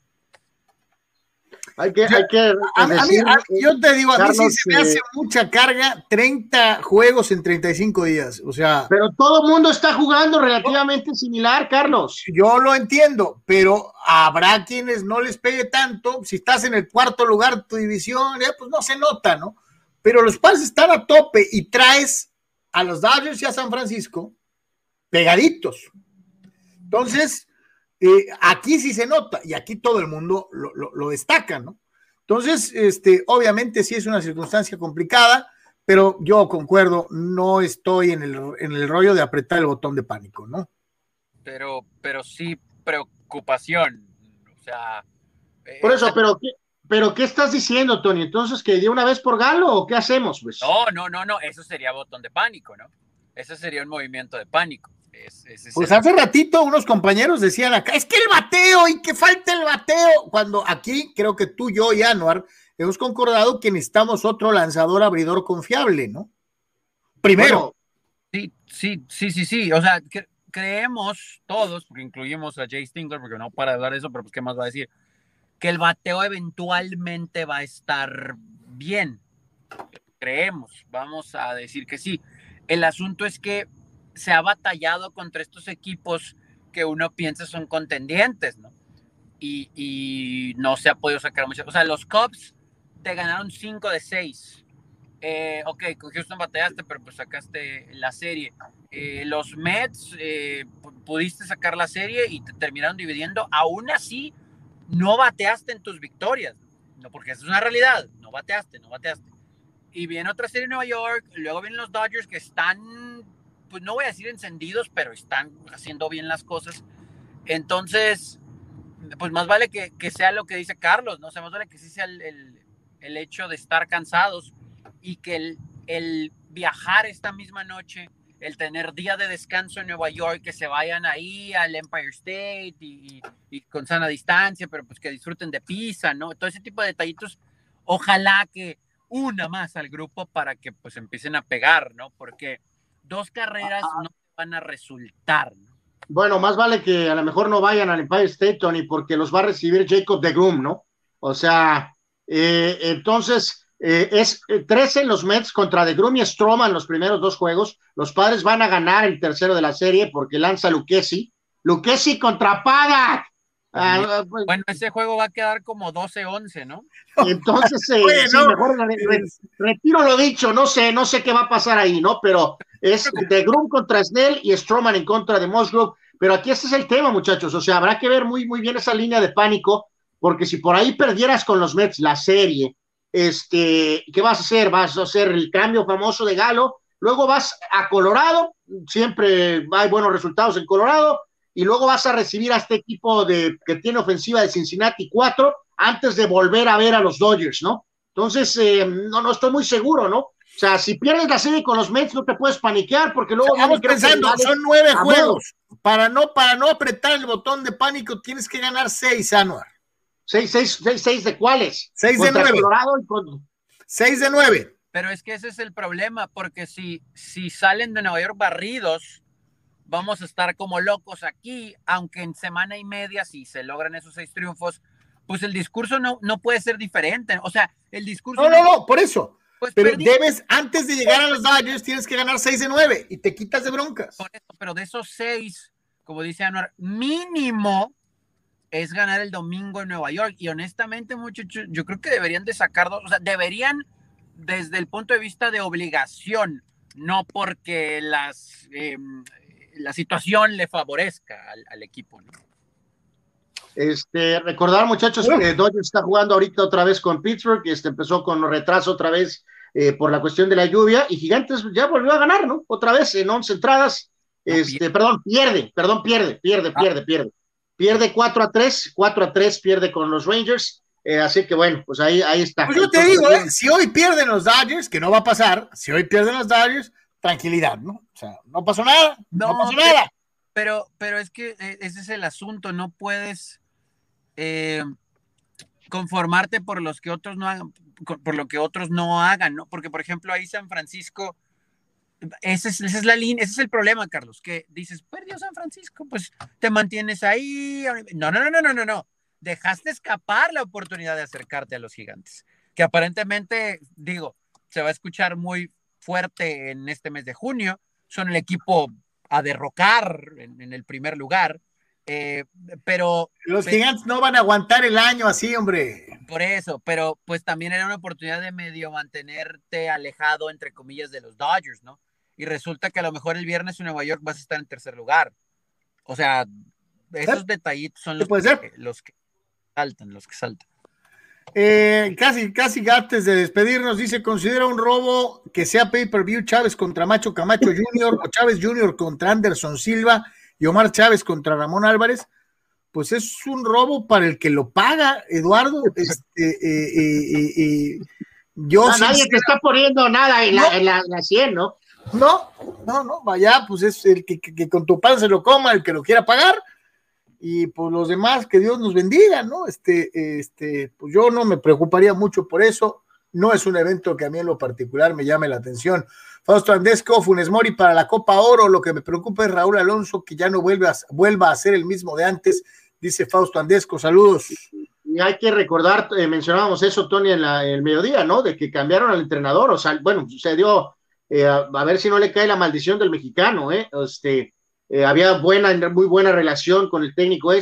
Speaker 2: Hay que decir,
Speaker 1: yo te digo, a mí
Speaker 2: Carlos,
Speaker 1: sí se me hace mucha carga 30 juegos en 35 días, o sea.
Speaker 2: Pero todo el mundo está jugando relativamente similar, Carlos.
Speaker 1: Yo lo entiendo, pero habrá quienes no les pegue tanto. Si estás en el cuarto lugar de tu división, pues no se nota, ¿no? Pero los Padres están a tope y traes a los Dodgers y a San Francisco pegaditos. Entonces, aquí sí se nota y aquí todo el mundo lo destaca, ¿no? Entonces, obviamente sí es una circunstancia complicada, pero yo concuerdo, no estoy en el rollo de apretar el botón de pánico, ¿no?
Speaker 4: Pero sí preocupación, o sea.
Speaker 2: Por eso, pero ¿qué estás diciendo, Tony? Entonces, ¿que de una vez por Galo o qué hacemos? Pues?
Speaker 4: No, eso sería botón de pánico, ¿no? Eso sería un movimiento de pánico.
Speaker 1: Pues hace ratito unos compañeros decían acá, es que el bateo y que falta el bateo, cuando aquí creo que tú, yo y Anuar hemos concordado que necesitamos otro lanzador abridor confiable, ¿no? Primero.
Speaker 4: Bueno, sí, o sea, creemos todos, porque incluimos a Jay Stingler, porque no para de hablar de eso, pero pues qué más va a decir, que el bateo eventualmente va a estar bien. Creemos, vamos a decir que sí. El asunto es que se ha batallado contra estos equipos que uno piensa son contendientes, ¿no? Y no se ha podido sacar mucho. O sea, los Cubs te ganaron 5 de 6. Ok, con Houston batallaste, pero pues sacaste la serie. Los Mets pudiste sacar la serie y te terminaron dividiendo. Aún así, no bateaste en tus victorias. No, porque esa es una realidad. No bateaste. Y viene otra serie en Nueva York, luego vienen los Dodgers que están, pues no voy a decir encendidos, pero están haciendo bien las cosas. Entonces, pues más vale que sea lo que dice Carlos, ¿no? O sea, más vale que sí sea el hecho de estar cansados y que el viajar esta misma noche, el tener día de descanso en Nueva York, que se vayan ahí al Empire State y con sana distancia, pero pues que disfruten de pizza, ¿no? Todo ese tipo de detallitos, ojalá que una más al grupo para que pues empiecen a pegar, ¿no? Porque 2 carreras no van a resultar, ¿no?
Speaker 2: Bueno, más vale que a lo mejor no vayan al Empire State, Tony, porque los va a recibir Jacob deGrom, ¿no? O sea, entonces es 13 los Mets contra deGrom y Stroman los primeros 2 juegos. Los Padres van a ganar el tercero de la serie porque lanza Lucchesi contra Paddock.
Speaker 4: Pues, bueno, ese juego va a quedar como 12-11, ¿no?
Speaker 2: Entonces, oye, sí, no, mejor retiro lo dicho, no sé qué va a pasar ahí, ¿no? Pero es deGrom contra Snell y Stroman en contra de Musgrove. Pero aquí este es el tema, muchachos, o sea, habrá que ver muy, muy bien esa línea de pánico, porque si por ahí perdieras con los Mets la serie, ¿qué vas a hacer? Vas a hacer el cambio famoso de Galo, luego vas a Colorado, siempre hay buenos resultados en Colorado, y luego vas a recibir a este equipo que tiene ofensiva de Cincinnati 4 antes de volver a ver a los Dodgers, ¿no? Entonces, no estoy muy seguro, ¿no? O sea, si pierdes la serie con los Mets no te puedes paniquar porque luego...
Speaker 1: Estamos pensando, son 9 juegos. Para no apretar el botón de pánico tienes que ganar 6, Anuar.
Speaker 2: 6 de cuáles?
Speaker 1: 6 de 9.
Speaker 2: Colorado y con...
Speaker 1: 6 de 9.
Speaker 4: Pero es que ese es el problema, porque si salen de Nueva York barridos, vamos a estar como locos aquí, aunque en semana y media, si se logran esos 6 triunfos, pues el discurso no puede ser diferente. O sea, el discurso...
Speaker 1: No, por eso. Pues pero debes, antes de llegar a los Dodgers, tienes que ganar 6 de 9 y te quitas de broncas.
Speaker 4: Por eso, pero de esos 6, como dice Anuar, mínimo es ganar el domingo en Nueva York. Y honestamente, muchachos, yo creo que deberían de sacarlo, o sea, deberían desde el punto de vista de obligación, no porque la situación le favorezca al equipo, ¿no?
Speaker 2: Recordar, muchachos, que Dodgers está jugando ahorita otra vez con Pittsburgh, empezó con retraso otra vez por la cuestión de la lluvia, y Gigantes ya volvió a ganar, ¿no? Otra vez en 11 entradas, pierde. Pierde 4-3, pierde con los Rangers, así que bueno, pues ahí está.
Speaker 1: Pues yo te digo, si hoy pierden los Dodgers, que no va a pasar, si hoy pierden los Dodgers, tranquilidad, ¿no? O sea, no pasó nada, no pasó nada.
Speaker 4: Pero es que ese es el asunto, no puedes conformarte por los que otros no hagan, por lo que otros no hagan, ¿no? Porque, por ejemplo, ahí San Francisco, esa es la línea, ese es el problema, Carlos, que dices, perdió San Francisco, pues te mantienes ahí. No. Dejaste escapar la oportunidad de acercarte a los Gigantes, que aparentemente, digo, se va a escuchar muy fuerte en este mes de junio, son el equipo a derrocar en el primer lugar, pero...
Speaker 1: Los Gigantes no van a aguantar el año así, hombre.
Speaker 4: Por eso, pero pues también era una oportunidad de medio mantenerte alejado, entre comillas, de los Dodgers, ¿no? Y resulta que a lo mejor el viernes en Nueva York vas a estar en tercer lugar. O sea, esos detallitos son los que saltan.
Speaker 1: Casi antes de despedirnos, dice, considera un robo que sea pay-per-view Chávez contra Macho Camacho Jr. o Chávez Jr. contra Anderson Silva y Omar Chávez contra Ramón Álvarez. Pues es un robo para el que lo paga, Eduardo.
Speaker 2: Nadie te está poniendo nada en la 100, ¿no?
Speaker 1: No, vaya, pues es el que con tu pan se lo coma, el que lo quiera pagar. Y pues los demás, que Dios nos bendiga, ¿no? Pues yo no me preocuparía mucho por eso, no es un evento que a mí en lo particular me llame la atención. Fausto Andesco, Funes Mori para la Copa Oro, lo que me preocupa es Raúl Alonso, que ya no vuelva a ser el mismo de antes, dice Fausto Andesco, saludos.
Speaker 2: Y hay que recordar, mencionábamos eso, Tony, en el mediodía, ¿no? De que cambiaron al entrenador, o sea, bueno, sucedió, a ver si no le cae la maldición del mexicano, había muy buena relación con el técnico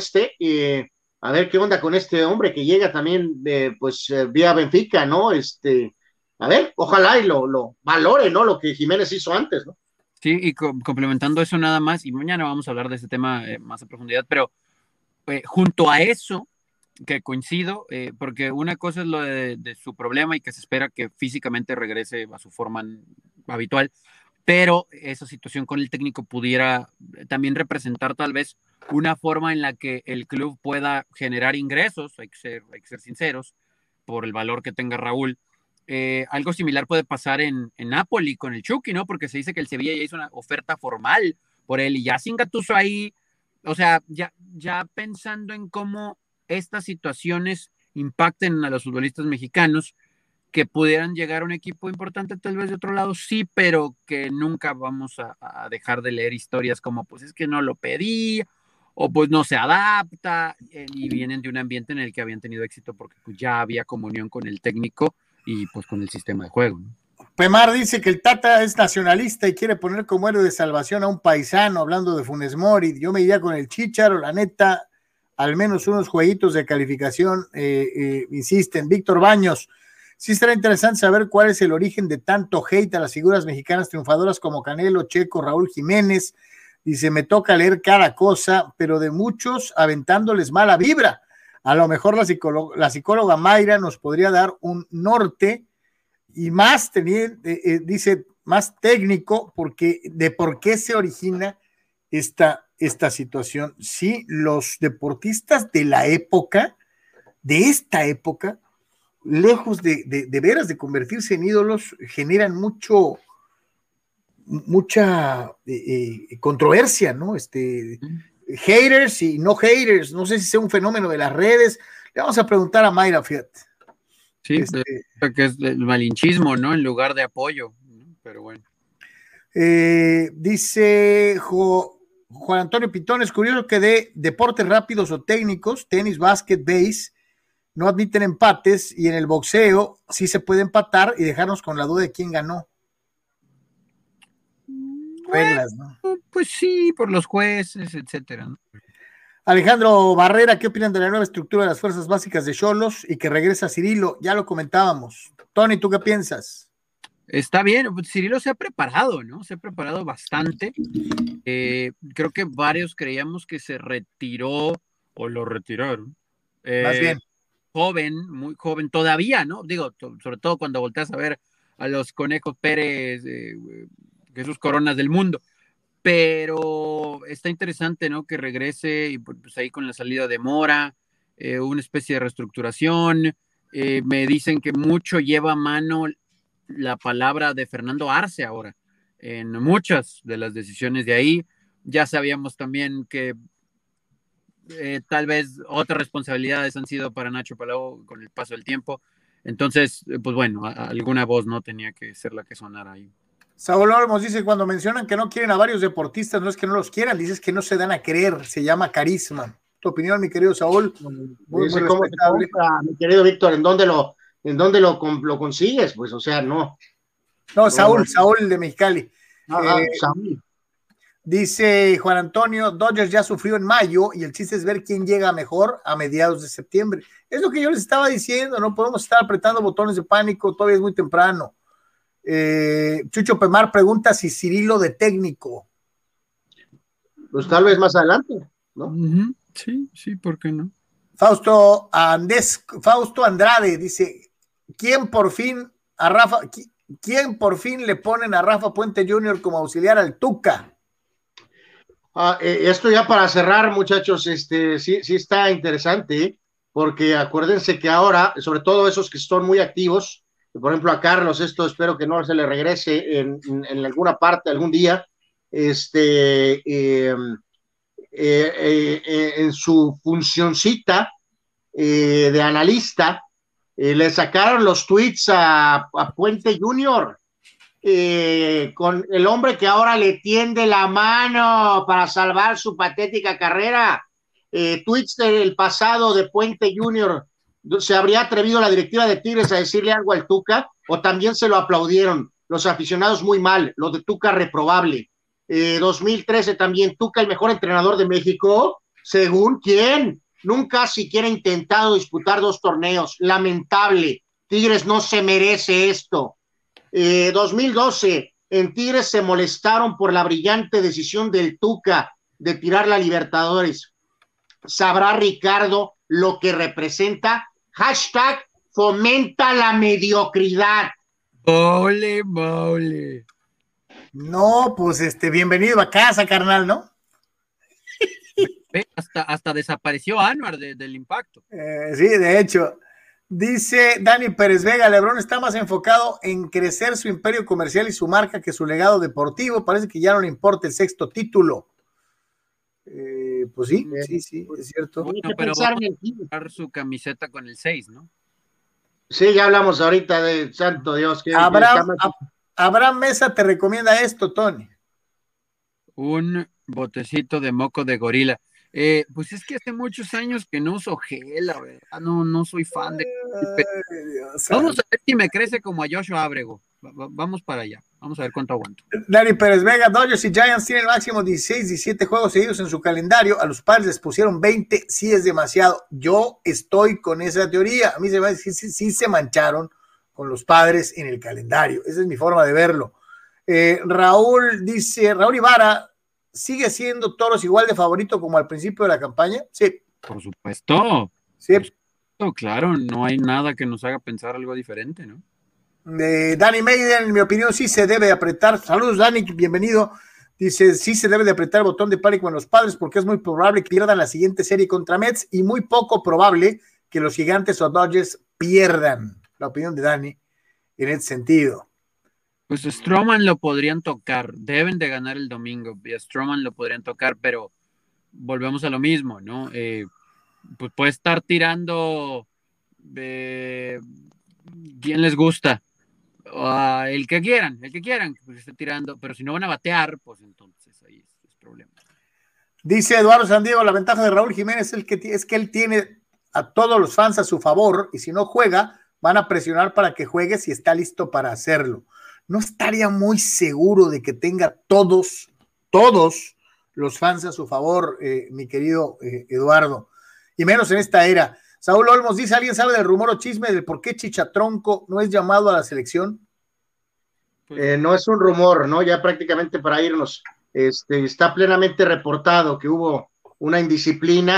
Speaker 2: a ver qué onda con este hombre que llega también vía Benfica, ¿no? A ver, ojalá y lo valore, ¿no? Lo que Jiménez hizo antes, ¿no?
Speaker 4: Sí, y complementando eso nada más, y mañana vamos a hablar de este tema más a profundidad, pero junto a eso, que coincido, porque una cosa es lo de su problema y que se espera que físicamente regrese a su forma habitual, pero esa situación con el técnico pudiera también representar tal vez una forma en la que el club pueda generar ingresos, hay que ser sinceros, por el valor que tenga Raúl. Algo similar puede pasar en Napoli con el Chucky, ¿no? Porque se dice que el Sevilla ya hizo una oferta formal por él y ya sin Gattuso ahí, o sea, ya pensando en cómo estas situaciones impacten a los futbolistas mexicanos, que pudieran llegar a un equipo importante tal vez de otro lado, sí, pero que nunca vamos a dejar de leer historias como pues es que no lo pedí, o pues no se adapta, y vienen de un ambiente en el que habían tenido éxito porque pues ya había comunión con el técnico y pues con el sistema de juego, ¿no?
Speaker 1: Pemar dice que el Tata es nacionalista y quiere poner como héroe de salvación a un paisano, hablando de Funes Mori. Yo me iría con el Chícharo, la neta, al menos unos jueguitos de calificación, insisten. Víctor Baños, sí será interesante saber cuál es el origen de tanto hate a las figuras mexicanas triunfadoras como Canelo, Checo, Raúl Jiménez. Dice, me toca leer cada cosa, pero de muchos aventándoles mala vibra. A lo mejor la psicóloga Mayra nos podría dar un norte y más, dice, más técnico de por qué se origina esta situación. Sí, los deportistas de esta época, lejos de veras de convertirse en ídolos, generan mucha controversia, ¿no? Haters y no haters, no sé si sea un fenómeno de las redes. Le vamos a preguntar a Mayra, fíjate.
Speaker 4: Sí, que es el malinchismo, ¿no? En lugar de apoyo, ¿no? Pero bueno.
Speaker 1: Dice Juan Antonio Pitón, es curioso que de deportes rápidos o técnicos, tenis, básquet, base, no admiten empates, y en el boxeo sí se puede empatar y dejarnos con la duda de quién ganó. Reglas, ¿no?
Speaker 4: Pues sí, por los jueces, etcétera, ¿no?
Speaker 1: Alejandro Barrera, ¿qué opinan de la nueva estructura de las fuerzas básicas de Xolos y que regresa Cirilo? Ya lo comentábamos. Tony, ¿tú qué piensas?
Speaker 4: Está bien, Cirilo se ha preparado, ¿no? Se ha preparado bastante. Creo que varios creíamos que se retiró o lo retiraron.
Speaker 1: Más bien.
Speaker 4: Joven, muy joven todavía, ¿no? Digo, sobre todo cuando volteas a ver a los Conejos Pérez, Jesús Coronas del mundo. Pero está interesante, ¿no? Que regrese y pues ahí con la salida de Mora, una especie de reestructuración. Me dicen que mucho lleva a mano la palabra de Fernando Arce ahora en muchas de las decisiones de ahí. Ya sabíamos también que tal vez otras responsabilidades han sido para Nacho Palau con el paso del tiempo. Entonces, pues bueno, alguna voz no tenía que ser la que sonara ahí.
Speaker 1: Saúl Olmos dice, cuando mencionan que no quieren a varios deportistas, no es que no los quieran, dices que no se dan a querer, se llama carisma. Tu opinión, mi querido Saúl.
Speaker 2: Muy respetable. Mi querido Víctor, ¿en dónde lo consigues? Pues, o sea, no.
Speaker 1: No, Saúl de Mexicali.
Speaker 2: Saúl.
Speaker 1: Dice Juan Antonio, Dodgers ya sufrió en mayo y el chiste es ver quién llega mejor a mediados de septiembre. Es lo que yo les estaba diciendo, no podemos estar apretando botones de pánico, todavía es muy temprano. Chucho Pemar pregunta si Cirilo de técnico.
Speaker 2: Pues tal vez más adelante, ¿no?
Speaker 4: Sí, ¿por qué no?
Speaker 1: Fausto Andrade dice, ¿quién por fin le ponen a Rafa Puente Jr. como auxiliar al Tuca?
Speaker 2: Esto ya para cerrar, muchachos, sí está interesante, porque acuérdense que ahora, sobre todo esos que son muy activos, por ejemplo a Carlos, esto espero que no se le regrese en alguna parte algún día, en su funcioncita de analista, le sacaron los tweets a Puente Junior, con el hombre que ahora le tiende la mano para salvar su patética carrera. Tweets del pasado de Puente Junior. ¿Se habría atrevido la directiva de Tigres a decirle algo al Tuca? ¿O también se lo aplaudieron? Los aficionados muy mal, lo de Tuca reprobable. 2013 también, Tuca el mejor entrenador de México. ¿Según quién? Nunca siquiera ha intentado disputar 2 torneos. Lamentable. Tigres no se merece esto. 2012, en Tigres se molestaron por la brillante decisión del Tuca de tirar la Libertadores. Sabrá Ricardo lo que representa. Hashtag fomenta la mediocridad.
Speaker 4: Mole.
Speaker 1: No, pues bienvenido a casa, carnal, ¿no?
Speaker 4: Hasta desapareció Anuar del impacto.
Speaker 1: Sí, de hecho. Dice Dani Pérez Vega, LeBron está más enfocado en crecer su imperio comercial y su marca que su legado deportivo. Parece que ya no le importa el 6º título. Pues sí, es cierto.
Speaker 4: Bueno, pero vamos a usar su camiseta con el 6, ¿no?
Speaker 2: Sí, ya hablamos ahorita de santo Dios.
Speaker 1: Abraham Mesa te recomienda esto, Tony.
Speaker 4: Un botecito de moco de gorila. Pues es que hace muchos años que no uso gel, la verdad, no soy fan de... Vamos a ver si me crece como a Joshua Abrego. Vamos para allá, vamos a ver cuánto aguanto.
Speaker 1: Dani Pérez Vega, Dodgers y Giants tienen máximo 16, 17 juegos seguidos en su calendario, a los Padres les pusieron 20, sí es demasiado. Yo estoy con esa teoría, a mí se me hace sí se mancharon con los Padres en el calendario, esa es mi forma de verlo. Raúl Ibarra, ¿sigue siendo Toros igual de favorito como al principio de la campaña? Sí.
Speaker 4: Por supuesto.
Speaker 1: Sí.
Speaker 4: Por supuesto, claro, no hay nada que nos haga pensar algo diferente, ¿no?
Speaker 1: Danny Maiden, en mi opinión, sí se debe apretar. Saludos, Danny, bienvenido. Dice, sí se debe de apretar el botón de pánico en los Padres porque es muy probable que pierdan la siguiente serie contra Mets y muy poco probable que los Gigantes o Dodgers pierdan. La opinión de Danny en ese sentido.
Speaker 4: Pues Stroman lo podrían tocar, deben de ganar el domingo, y a Stroman lo podrían tocar, pero volvemos a lo mismo, ¿no? Pues puede estar tirando ¿quién les gusta? El que quieran, pues esté tirando, pero si no van a batear, pues entonces ahí es problema.
Speaker 1: Dice Eduardo Sandiego, la ventaja de Raúl Jiménez es que él tiene a todos los fans a su favor y si no juega, van a presionar para que juegue si está listo para hacerlo. No estaría muy seguro de que tenga todos los fans a su favor, mi querido Eduardo, y menos en esta era. Saúl Olmos dice, ¿alguien sabe del rumor o chisme del por qué Chichatronco no es llamado a la selección?
Speaker 2: No es un rumor, ¿no? Ya prácticamente para irnos, está plenamente reportado que hubo una indisciplina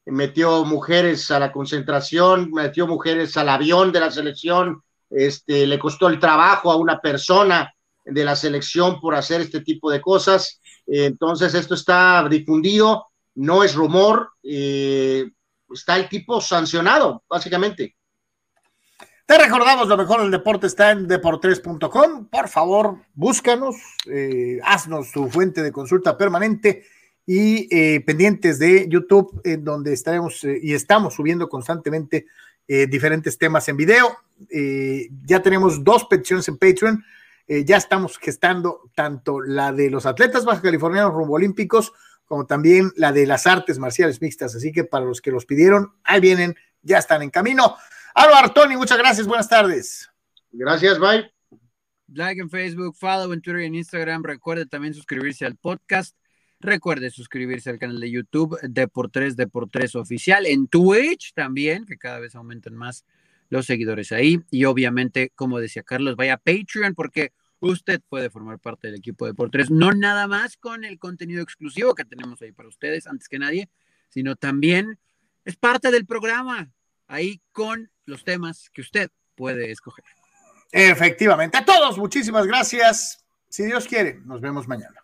Speaker 2: metió mujeres a la concentración, metió mujeres al avión de la selección, le costó el trabajo a una persona de la selección por hacer este tipo de cosas. Entonces esto está difundido, no es rumor, está el tipo sancionado, básicamente.
Speaker 1: Te recordamos, lo mejor del deporte está en deportres.com. Por favor, búscanos, haznos tu fuente de consulta permanente y pendientes de YouTube, en donde estaremos y estamos subiendo constantemente diferentes temas en video. Ya tenemos 2 peticiones en Patreon. Ya estamos gestando tanto la de los atletas baja californianos rumbo olímpicos como también la de las artes marciales mixtas. Así que para los que los pidieron, ahí vienen, ya están en camino. Álvaro Artoni, muchas gracias, buenas tardes.
Speaker 2: Gracias, bye.
Speaker 4: Like en Facebook, follow en Twitter y en Instagram. Recuerde también suscribirse al podcast. Recuerde suscribirse al canal de YouTube Deportes Oficial. En Twitch también, que cada vez aumentan más los seguidores ahí. Y obviamente, como decía Carlos, vaya a Patreon porque usted puede formar parte del equipo de Deportes. No nada más con el contenido exclusivo que tenemos ahí para ustedes, antes que nadie, sino también es parte del programa. Ahí con los temas que usted puede escoger.
Speaker 1: Efectivamente. A todos, muchísimas gracias. Si Dios quiere, nos vemos mañana.